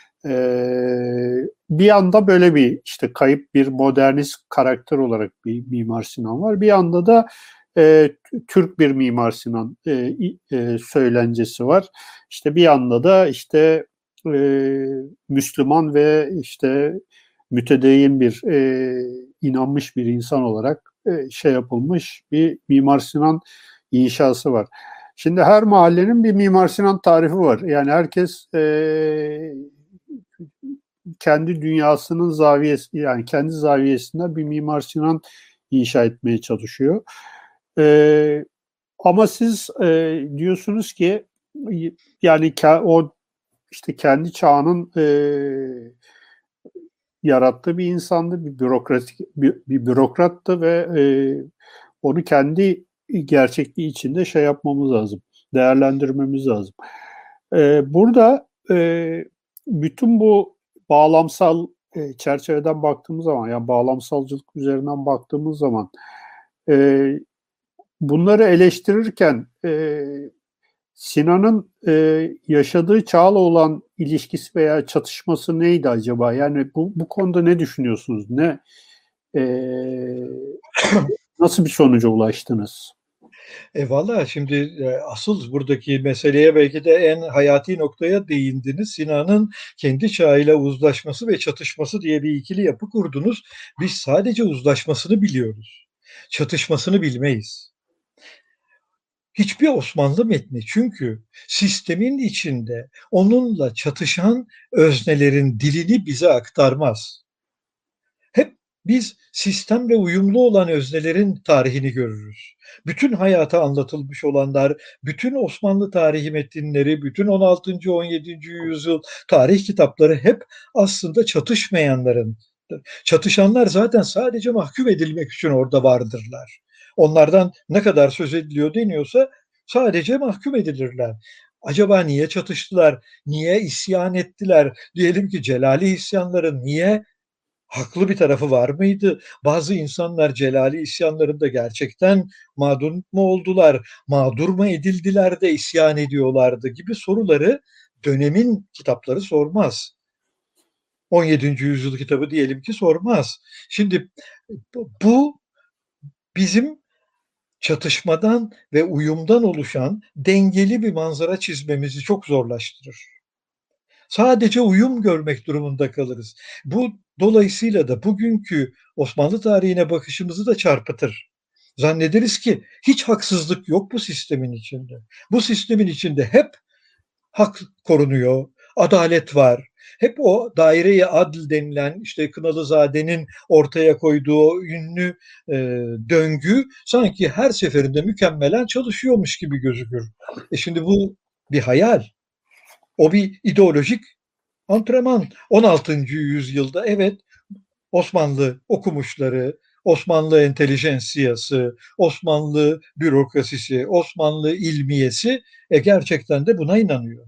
Ee, bir yanda böyle bir işte kayıp bir modernist karakter olarak bir Mimar Sinan var. Bir yanda da e, Türk bir Mimar Sinan e, e, söylencesi var. İşte bir yanda da işte e, Müslüman ve işte mütedeyyin bir e, inanmış bir insan olarak e, şey yapılmış bir Mimar Sinan inşası var. Şimdi her mahallenin bir Mimar Sinan tarifi var. Yani herkes e, kendi dünyasının zaviyesi, yani kendi zaviyesinden bir Mimar Sinan inşa etmeye çalışıyor. E, ama siz e, diyorsunuz ki yani ke- o işte kendi çağının e, yarattığı bir insandı, bir bürokratik bir, bir bürokrattı ve e, onu kendi gerçekliği içinde şey yapmamız lazım, değerlendirmemiz lazım. E, burada e, bütün bu bağlamsal e, çerçeveden baktığımız zaman, yani bağlamsalcılık üzerinden baktığımız zaman e, bunları eleştirirken e, Sinan'ın e, yaşadığı çağla olan ilişkisi veya çatışması neydi acaba? Yani bu, bu konuda ne düşünüyorsunuz? Ne e, nasıl bir sonuca ulaştınız? E valla şimdi e, asıl buradaki meseleye belki de en hayati noktaya değindiniz. Sinan'ın kendi çağıyla uzlaşması ve çatışması diye bir ikili yapı kurdunuz. Biz sadece uzlaşmasını biliyoruz. Çatışmasını bilmeyiz. Hiçbir Osmanlı metni çünkü sistemin içinde onunla çatışan öznelerin dilini bize aktarmaz. Hep biz sistemle uyumlu olan öznelerin tarihini görürüz. Bütün hayata anlatılmış olanlar, bütün Osmanlı tarihi metinleri, bütün on altıncı on yedinci yüzyıl tarih kitapları hep aslında çatışmayanların. Çatışanlar zaten sadece mahkum edilmek için orada vardırlar. Onlardan ne kadar söz ediliyor deniyorsa sadece mahkum edilirler. Acaba niye çatıştılar? Niye isyan ettiler? Diyelim ki Celali isyanları niye? Haklı bir tarafı var mıydı? Bazı insanlar Celali isyanlarında gerçekten mağdur mu oldular? Mağdur mu edildiler de isyan ediyorlardı gibi soruları dönemin kitapları sormaz. on yedinci yüzyıl kitabı diyelim ki sormaz. Şimdi bu bizim çatışmadan ve uyumdan oluşan dengeli bir manzara çizmemizi çok zorlaştırır. Sadece uyum görmek durumunda kalırız. Bu dolayısıyla da bugünkü Osmanlı tarihine bakışımızı da çarpıtır. Zannederiz ki hiç haksızlık yok bu sistemin içinde. Bu sistemin içinde hep hak korunuyor, adalet var. Hep o daire-i adl denilen işte Kınalızade'nin ortaya koyduğu ünlü e, döngü sanki her seferinde mükemmelen çalışıyormuş gibi gözükür. E şimdi bu bir hayal. O bir ideolojik antrenman. on altıncı yüzyılda evet Osmanlı okumuşları, Osmanlı entelijensiyası, Osmanlı bürokrasisi, Osmanlı ilmiyesi e, gerçekten de buna inanıyor.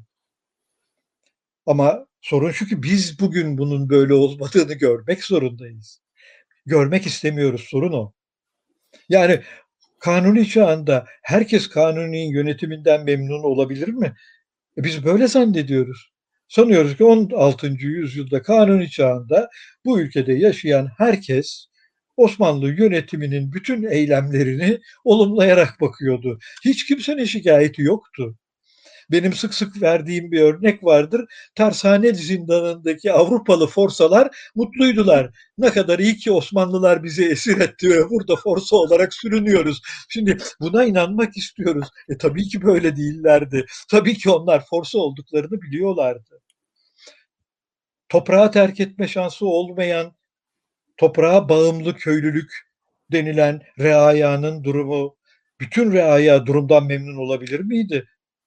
Ama sorun şu ki biz bugün bunun böyle olmadığını görmek zorundayız. Görmek istemiyoruz, sorun o. Yani Kanuni çağında herkes Kanuni'nin yönetiminden memnun olabilir mi? E biz böyle zannediyoruz. Sanıyoruz ki on altıncı yüzyılda Kanuni çağında bu ülkede yaşayan herkes Osmanlı yönetiminin bütün eylemlerini olumlayarak bakıyordu. Hiç kimsenin şikayeti yoktu. Benim sık sık verdiğim bir örnek vardır. Tersane zindanındaki Avrupalı forsalar mutluydular. Ne kadar iyi ki Osmanlılar bizi esir etti ve burada forsa olarak sürünüyoruz. Şimdi buna inanmak istiyoruz. E tabii ki böyle değillerdi. Tabii ki onlar forsa olduklarını biliyorlardı. Toprağı terk etme şansı olmayan, toprağa bağımlı köylülük denilen reayanın durumu, bütün reaya durumdan memnun olabilir miydi?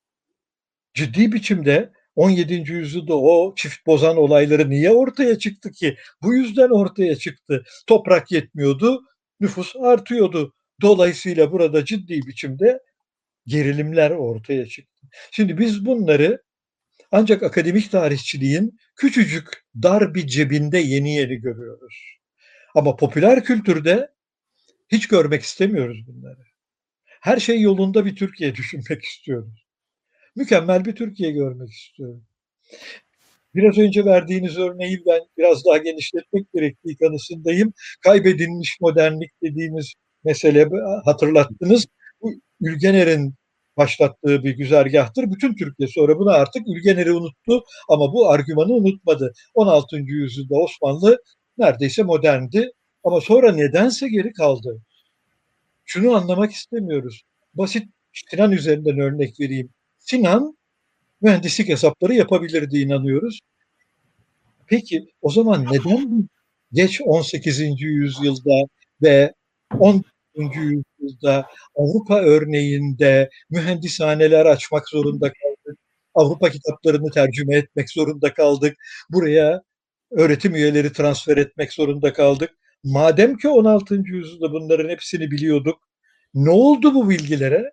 Ciddi biçimde on yedinci yüzyılda o çift bozan olayları niye ortaya çıktı ki? Bu yüzden ortaya çıktı. Toprak yetmiyordu, nüfus artıyordu. Dolayısıyla burada ciddi biçimde gerilimler ortaya çıktı. Şimdi biz bunları ancak akademik tarihçiliğin küçücük dar bir cebinde yeni yeni görüyoruz. Ama popüler kültürde hiç görmek istemiyoruz bunları. Her şey yolunda bir Türkiye düşünmek istiyoruz. Mükemmel bir Türkiye görmek istiyorum. Biraz önce verdiğiniz örneği ben biraz daha genişletmek gerektiği kanısındayım. Kaybedilmiş modernlik dediğimiz mesele hatırlattınız. Bu Ülgener'in başlattığı bir güzergahtır. Bütün Türkiye sonra bunu artık Ülgener'i unuttu ama bu argümanı unutmadı. on altıncı yüzyılda Osmanlı neredeyse moderndi ama sonra nedense geri kaldı. Şunu anlamak istemiyoruz. Basit Sinan üzerinden örnek vereyim. Sinan mühendislik hesapları yapabilirdi inanıyoruz. Peki o zaman neden geç on sekizinci yüzyılda ve on dokuzuncu yüzyılda Avrupa örneğinde mühendishaneler açmak zorunda kaldık? Avrupa kitaplarını tercüme etmek zorunda kaldık. Buraya öğretim üyeleri transfer etmek zorunda kaldık. Madem ki on altıncı yüzyılda bunların hepsini biliyorduk, ne oldu bu bilgilere?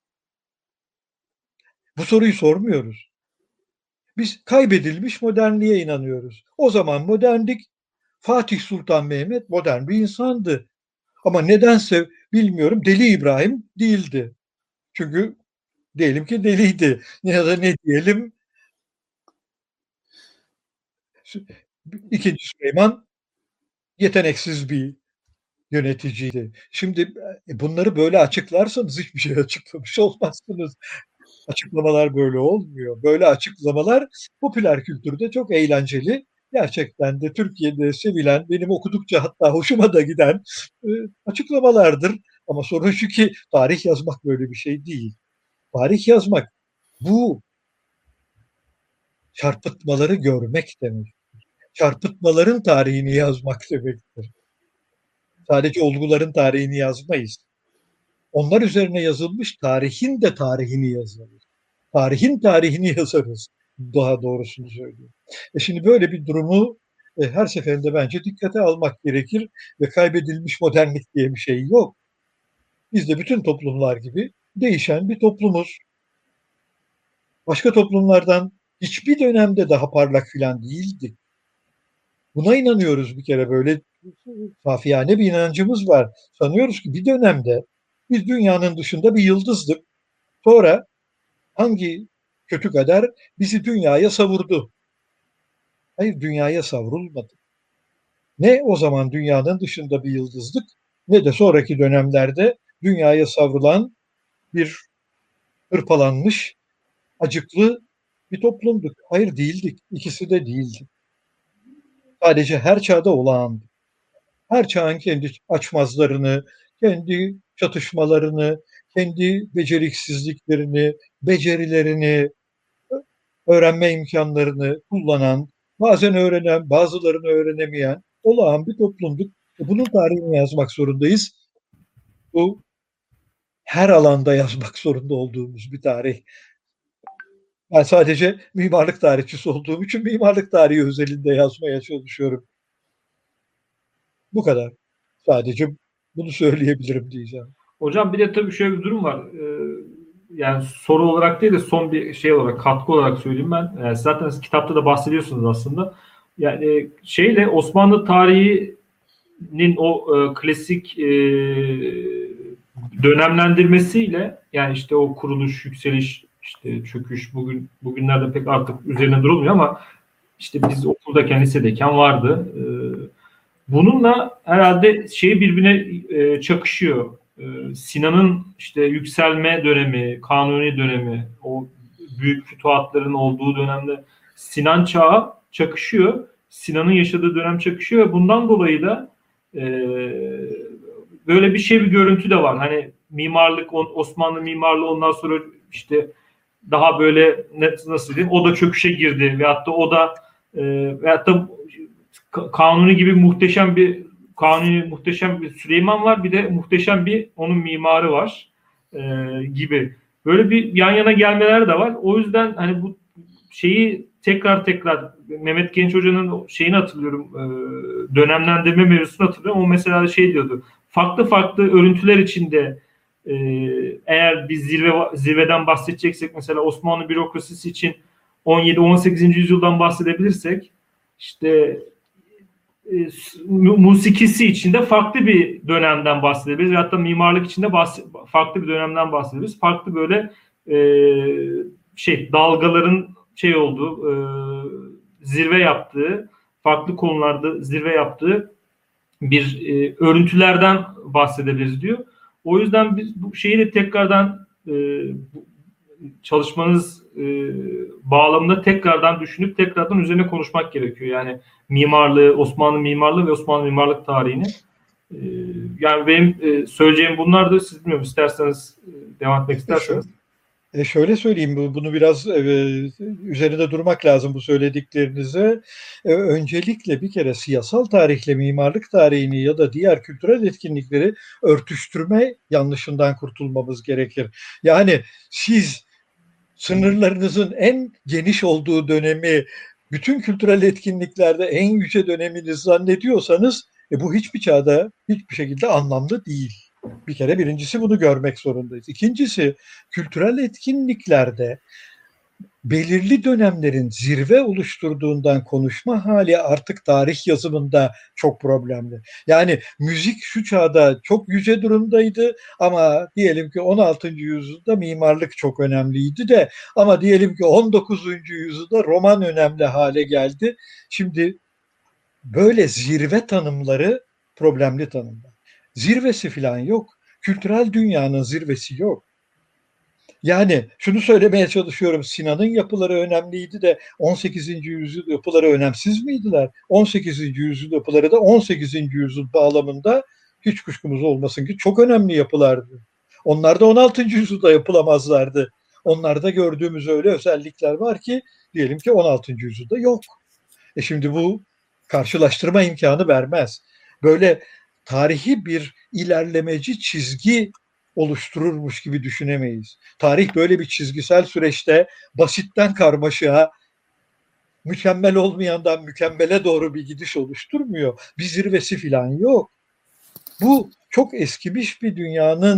Bu soruyu sormuyoruz. Biz kaybedilmiş modernliğe inanıyoruz. O zaman modernlik Fatih Sultan Mehmet modern bir insandı. Ama nedense bilmiyorum Deli İbrahim değildi. Çünkü diyelim ki deliydi. Ya da ne diyelim ikinci Süleyman yeteneksiz bir yöneticiydi. Şimdi bunları böyle açıklarsanız hiçbir şey açıklamış olmazsınız. Açıklamalar böyle olmuyor. Böyle açıklamalar popüler kültürde çok eğlenceli. Gerçekten de Türkiye'de sevilen, benim okudukça hatta hoşuma da giden e, açıklamalardır. Ama sorun şu ki tarih yazmak böyle bir şey değil. Tarih yazmak bu çarpıtmaları görmek demek. Çarpıtmaların tarihini yazmak demektir. Sadece olguların tarihini yazmayız. Onlar üzerine yazılmış tarihin de tarihini yazarız. Tarihin tarihini yazarız. Daha doğrusunu söylüyorum. E şimdi böyle bir durumu e, her seferinde bence dikkate almak gerekir ve kaybedilmiş modernlik diye bir şey yok. Biz de bütün toplumlar gibi değişen bir toplumuz. Başka toplumlardan hiçbir dönemde daha parlak filan değildik. Buna inanıyoruz bir kere, böyle safiyane bir inancımız var. Sanıyoruz ki bir dönemde biz dünyanın dışında bir yıldızdık. Sonra hangi kötü kader bizi dünyaya savurdu? Hayır, dünyaya savrulmadı. Ne o zaman dünyanın dışında bir yıldızdık, ne de sonraki dönemlerde dünyaya savrulan bir hırpalanmış, acıklı bir toplumduk. Hayır, değildik. İkisi de değildi. Sadece her çağda olağandı. Her çağın kendi açmazlarını, kendi çatışmalarını, kendi beceriksizliklerini, becerilerini, öğrenme imkanlarını kullanan, bazen öğrenen, bazılarını öğrenemeyen olağan bir toplumduk. Bunun tarihini yazmak zorundayız. Bu her alanda yazmak zorunda olduğumuz bir tarih. Ben sadece mimarlık tarihçisi olduğum için mimarlık tarihi özelinde yazmaya çalışıyorum. Bu kadar. Sadece bunu söyleyebilirim diyeceğim. Hocam bir de tabii şöyle bir durum var. Ee, yani soru olarak değil de son bir şey olarak, katkı olarak söyleyeyim ben. Yani zaten siz kitapta da bahsediyorsunuz aslında. Yani şeyle Osmanlı tarihinin o e, klasik e, dönemlendirmesiyle, yani işte o kuruluş, yükseliş, işte çöküş, bugün bugünlerde pek artık üzerine durulmuyor ama işte biz okuldayken, lisedeyken vardı. Ee, bununla herhalde şey birbirine e, çakışıyor. Ee, Sinan'ın işte yükselme dönemi, Kanuni dönemi, o büyük fütuhatların olduğu dönemde Sinan çağı çakışıyor. Sinan'ın yaşadığı dönem çakışıyor ve bundan dolayı da e, böyle bir şey, bir görüntü de var. Hani mimarlık, Osmanlı mimarlığı ondan sonra işte daha böyle nasıl diyeyim, o da çöküşe girdi veyahut da o da e, veyahut da Kanuni gibi muhteşem bir Kanuni muhteşem bir Süleyman var, bir de muhteşem bir onun mimarı var e, gibi. Böyle bir yan yana gelmeler de var. O yüzden hani bu şeyi tekrar tekrar Mehmet Genç Hoca'nın şeyini hatırlıyorum, e, dönemlendirme mevzusunu hatırlıyorum. O mesela şey diyordu. Farklı farklı örüntüler içinde e, eğer biz zirve zirveden bahsedeceksek, mesela Osmanlı bürokrasisi için on yedi on sekizinci yüzyıldan bahsedebilirsek, işte e, musikisi içinde farklı bir dönemden bahsedebiliriz. Hatta mimarlık içinde bahs- farklı bir dönemden bahsedebiliriz. Farklı böyle e, şey dalgaların şey olduğu, e, zirve yaptığı, farklı konularda zirve yaptığı bir e, örüntülerden bahsedebiliriz diyor. O yüzden biz bu şeyi de tekrardan e, çalışmanız e, bağlamında tekrardan düşünüp tekrardan üzerine konuşmak gerekiyor. Yani mimarlığı, Osmanlı mimarlığı ve Osmanlı mimarlık tarihini. E, yani benim e, söyleyeceğim bunlardı. Siz bilmiyorum, isterseniz e, devam etmek isterseniz. E şöyle söyleyeyim, bunu biraz e, üzerinde durmak lazım bu söylediklerinize. E, öncelikle bir kere siyasal tarihle mimarlık tarihini ya da diğer kültürel etkinlikleri örtüştürme yanlışından kurtulmamız gerekir. Yani siz sınırlarınızın en geniş olduğu dönemi bütün kültürel etkinliklerde en yüce döneminiz zannediyorsanız e, bu hiçbir çağda hiçbir şekilde anlamlı değil. Bir kere birincisi bunu görmek zorundayız. İkincisi, kültürel etkinliklerde belirli dönemlerin zirve oluşturduğundan konuşma hali artık tarih yazımında çok problemli. Yani müzik şu çağda çok yüce durumdaydı ama diyelim ki on altıncı yüzyılda mimarlık çok önemliydi de, ama diyelim ki on dokuzuncu yüzyılda roman önemli hale geldi. Şimdi böyle zirve tanımları problemli tanımlar. Zirvesi falan yok. Kültürel dünyanın zirvesi yok. Yani şunu söylemeye çalışıyorum. Sinan'ın yapıları önemliydi de on sekizinci yüzyıl yapıları önemsiz miydiler? on sekizinci yüzyıl yapıları da on sekizinci yüzyıl bağlamında hiç kuşkumuz olmasın ki çok önemli yapılardı. Onlar da on altıncı yüzyılda yapılamazlardı. Onlarda gördüğümüz öyle özellikler var ki diyelim ki on altıncı yüzyılda yok. E şimdi bu karşılaştırma imkanı vermez. Böyle tarihi bir ilerlemeci çizgi oluştururmuş gibi düşünemeyiz. Tarih böyle bir çizgisel süreçte basitten karmaşığa, mükemmel olmayandan mükemmele doğru bir gidiş oluşturmuyor. Bir zirvesi falan yok. Bu çok eskimiş bir dünyanın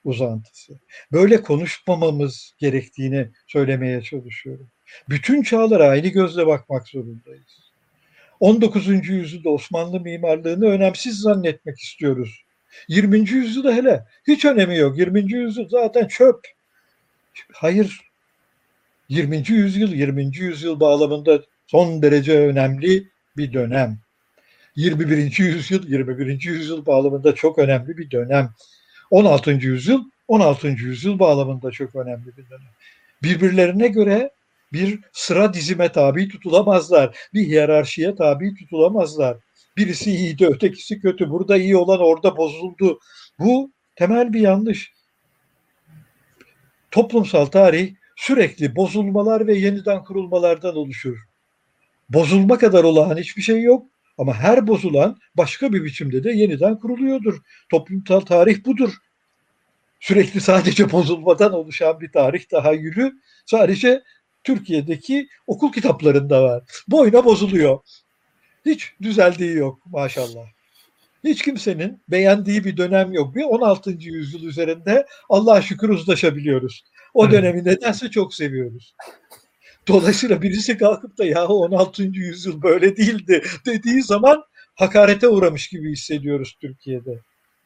uzantısı. Böyle konuşmamamız gerektiğini söylemeye çalışıyorum. Bütün çağlara aynı gözle bakmak zorundayız. on dokuzuncu yüzyılda Osmanlı mimarlığını önemsiz zannetmek istiyoruz. yirminci yüzyılda hele hiç önemi yok. yirminci yüzyıl zaten çöp. Hayır. yirminci yüzyıl, yirminci yüzyıl bağlamında son derece önemli bir dönem. yirmi birinci yüzyıl, yirmi birinci yüzyıl bağlamında çok önemli bir dönem. on altıncı yüzyıl, on altıncı yüzyıl bağlamında çok önemli bir dönem. Birbirlerine göre bir sıra dizime tabi tutulamazlar. Bir hiyerarşiye tabi tutulamazlar. Birisi iyiydi, ötekisi kötü. Burada iyi olan orada bozuldu. Bu temel bir yanlış. Toplumsal tarih sürekli bozulmalar ve yeniden kurulmalardan oluşur. Bozulma kadar olağan hiçbir şey yok. Ama her bozulan başka bir biçimde de yeniden kuruluyordur. Toplumsal tarih budur. Sürekli sadece bozulmadan oluşan bir tarih tahayyülü sadece Türkiye'deki okul kitaplarında var. Boyuna bozuluyor. Hiç düzeldiği yok maşallah. Hiç kimsenin beğendiği bir dönem yok. Bir on altıncı yüzyıl üzerinde Allah'a şükür uzlaşabiliyoruz. O dönemi nedense çok seviyoruz. Dolayısıyla birisi kalkıp da ya on altıncı yüzyıl böyle değildi dediği zaman hakarete uğramış gibi hissediyoruz Türkiye'de.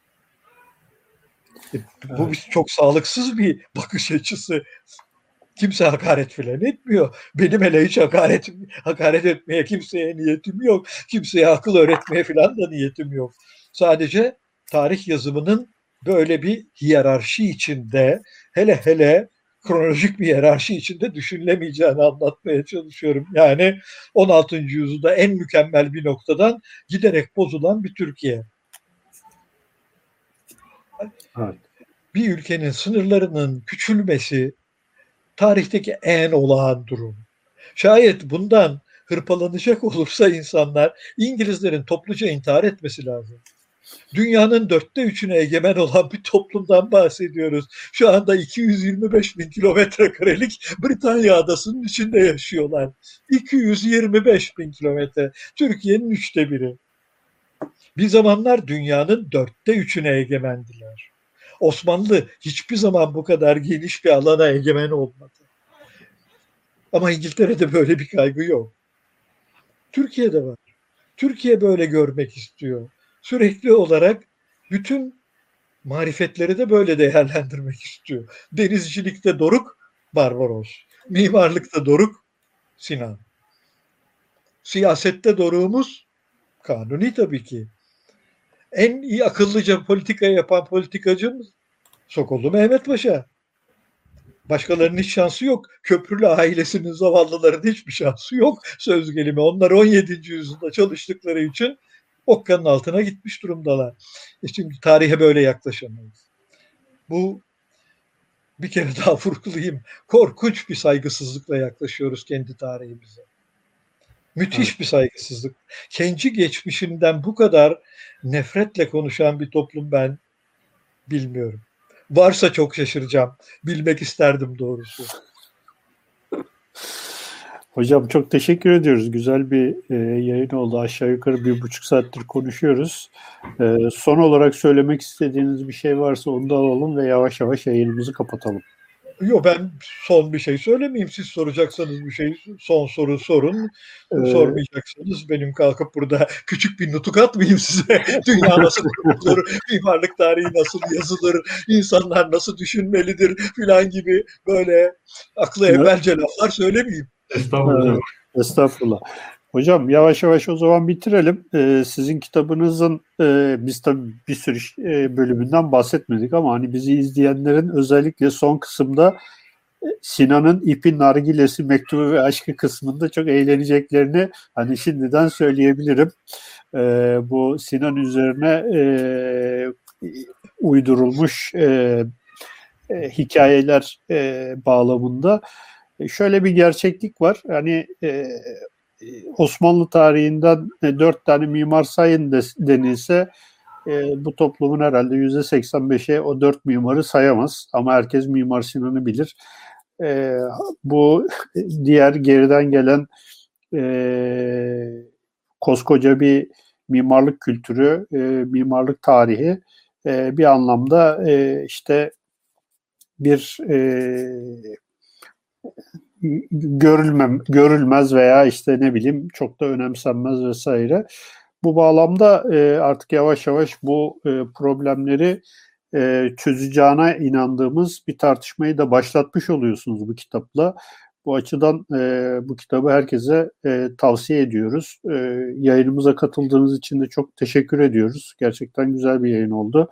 E, bu evet. Çok sağlıksız bir bakış açısı. Kimse hakaret filan etmiyor. Benim hele hiç hakaret, hakaret etmeye kimseye niyetim yok. Kimseye akıl öğretmeye filan da niyetim yok. Sadece tarih yazımının böyle bir hiyerarşi içinde, hele hele kronolojik bir hiyerarşi içinde düşünülemeyeceğini anlatmaya çalışıyorum. Yani on altıncı yüzyılda en mükemmel bir noktadan giderek bozulan bir Türkiye. Evet. Bir ülkenin sınırlarının küçülmesi tarihteki en olağan durum. Şayet bundan hırpalanacak olursa insanlar, İngilizlerin topluca intihar etmesi lazım. Dünyanın dörtte üçüne egemen olan bir toplumdan bahsediyoruz. Şu anda iki yüz yirmi beş bin kilometre karelik Britanya adasının içinde yaşıyorlar. iki yüz yirmi beş bin kilometre. Türkiye'nin üçte biri. Bir zamanlar dünyanın dörtte üçüne egemendiler. Osmanlı hiçbir zaman bu kadar geniş bir alana egemen olmadı. Ama İngiltere'de böyle bir kaygı yok. Türkiye'de var. Türkiye böyle görmek istiyor. Sürekli olarak bütün marifetleri de böyle değerlendirmek istiyor. Denizcilikte Doruk, Barbaros. Mimarlıkta Doruk, Sinan. Siyasette Doruk'umuz Kanuni tabii ki. En iyi akıllıca politika yapan politikacımız Sokollu Mehmet Paşa. Başkalarının hiç şansı yok. Köprülü ailesinin zavallıların hiçbir şansı yok. Söz gelimi. Onlar on yedinci yüzyılda çalıştıkları için okkanın altına gitmiş durumdalar. E çünkü tarihe böyle yaklaşamayız. Bu, bir kere daha vurgulayayım, korkunç bir saygısızlıkla yaklaşıyoruz kendi tarihimize. Müthiş evet. bir saygısızlık. Kendi geçmişinden bu kadar nefretle konuşan bir toplum ben bilmiyorum. Varsa çok şaşıracağım. Bilmek isterdim doğrusu. Hocam çok teşekkür ediyoruz. Güzel bir e, yayın oldu. Aşağı yukarı bir buçuk saattir konuşuyoruz. E, son olarak söylemek istediğiniz bir şey varsa onu da alalım ve yavaş yavaş yayınımızı kapatalım. Yok, ben son bir şey söylemeyeyim. Siz soracaksanız bir şey, son soru sorun. Ee, Sormayacaksanız benim kalkıp burada küçük bir nutuk atmayayım size. Dünya nasıl kurulur, mimarlık tarihi nasıl yazılır, insanlar nasıl düşünmelidir filan gibi böyle aklı evvelce laflar söylemeyeyim. Estağfurullah. Ee, estağfurullah. Hocam yavaş yavaş o zaman bitirelim. Ee, sizin kitabınızın e, biz tabii bir sürü e, bölümünden bahsetmedik ama hani bizi izleyenlerin özellikle son kısımda e, Sinan'ın İpi Nargilesi Mektubu ve Aşkı kısmında çok eğleneceklerini hani şimdiden söyleyebilirim. E, bu Sinan üzerine e, uydurulmuş e, e, hikayeler e, bağlamında e, şöyle bir gerçeklik var. Hani e, Osmanlı tarihinden dört tane mimar sayın denilse e, bu toplumun herhalde yüzde seksen beşe o dört mimarı sayamaz. Ama herkes Mimar Sinan'ı bilir. E, bu diğer geriden gelen e, koskoca bir mimarlık kültürü, e, mimarlık tarihi e, bir anlamda e, işte bir e, görülmem, görülmez veya işte ne bileyim çok da önemsenmez vesaire. Bu bağlamda e, artık yavaş yavaş bu e, problemleri e, çözeceğine inandığımız bir tartışmayı da başlatmış oluyorsunuz bu kitapla. Bu açıdan e, bu kitabı herkese e, tavsiye ediyoruz. E, yayınımıza katıldığınız için de çok teşekkür ediyoruz. Gerçekten güzel bir yayın oldu.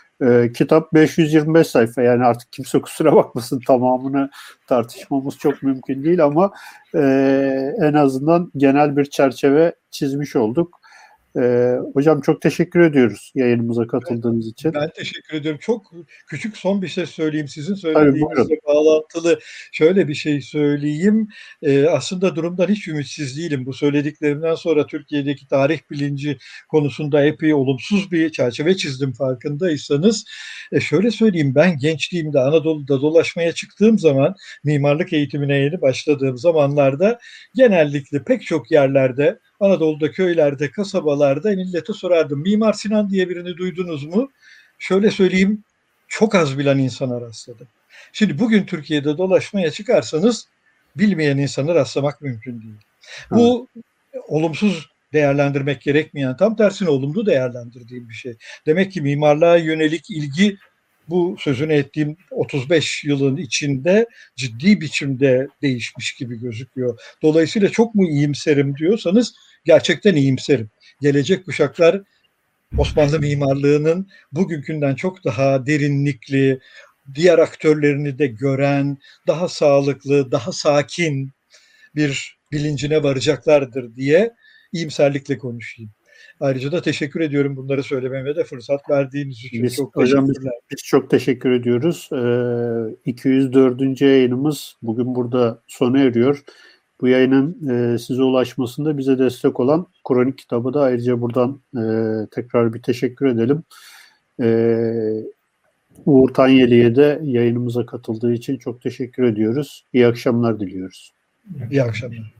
E, kitap beş yüz yirmi beş sayfa, yani artık kimse kusura bakmasın, tamamını tartışmamız çok mümkün değil ama e, en azından genel bir çerçeve çizmiş olduk. Ee, hocam çok teşekkür ediyoruz yayınımıza katıldığınız ben, için. Ben teşekkür ediyorum. Çok küçük son bir şey söyleyeyim. Sizin Tabii, söylediğinizle bağlantılı şöyle bir şey söyleyeyim. Ee, aslında durumdan hiç ümitsiz değilim. Bu söylediklerimden sonra Türkiye'deki tarih bilinci konusunda epey olumsuz bir çerçeve çizdim, farkındaysanız. E şöyle söyleyeyim, ben gençliğimde Anadolu'da dolaşmaya çıktığım zaman, mimarlık eğitimine yeni başladığım zamanlarda genellikle pek çok yerlerde, Anadolu'da köylerde, kasabalarda millete sorardım. Mimar Sinan diye birini duydunuz mu? Şöyle söyleyeyim, çok az bilen insana rastladım. Şimdi bugün Türkiye'de dolaşmaya çıkarsanız bilmeyen insana rastlamak mümkün değil. Bu olumsuz değerlendirmek gerekmeyen, tam tersine olumlu değerlendirdiğim bir şey. Demek ki mimarlığa yönelik ilgi bu sözünü ettiğim otuz beş yılın içinde ciddi biçimde değişmiş gibi gözüküyor. Dolayısıyla çok mu iyimserim diyorsanız gerçekten iyimserim. Gelecek kuşaklar Osmanlı mimarlığının bugünkünden çok daha derinlikli, diğer aktörlerini de gören, daha sağlıklı, daha sakin bir bilincine varacaklardır diye iyimserlikle konuşayım. Ayrıca da teşekkür ediyorum bunları söylememe de fırsat verdiğiniz için. Biz, çok hocam teşekkürler. Biz, biz çok teşekkür ediyoruz. Ee, iki yüz dördüncü yayınımız bugün burada sona eriyor. Bu yayının e, size ulaşmasında bize destek olan Kronik kitabı da ayrıca buradan e, tekrar bir teşekkür edelim. E, Uğur Tanyeli'ye de yayınımıza katıldığı için çok teşekkür ediyoruz. İyi akşamlar diliyoruz. İyi akşamlar.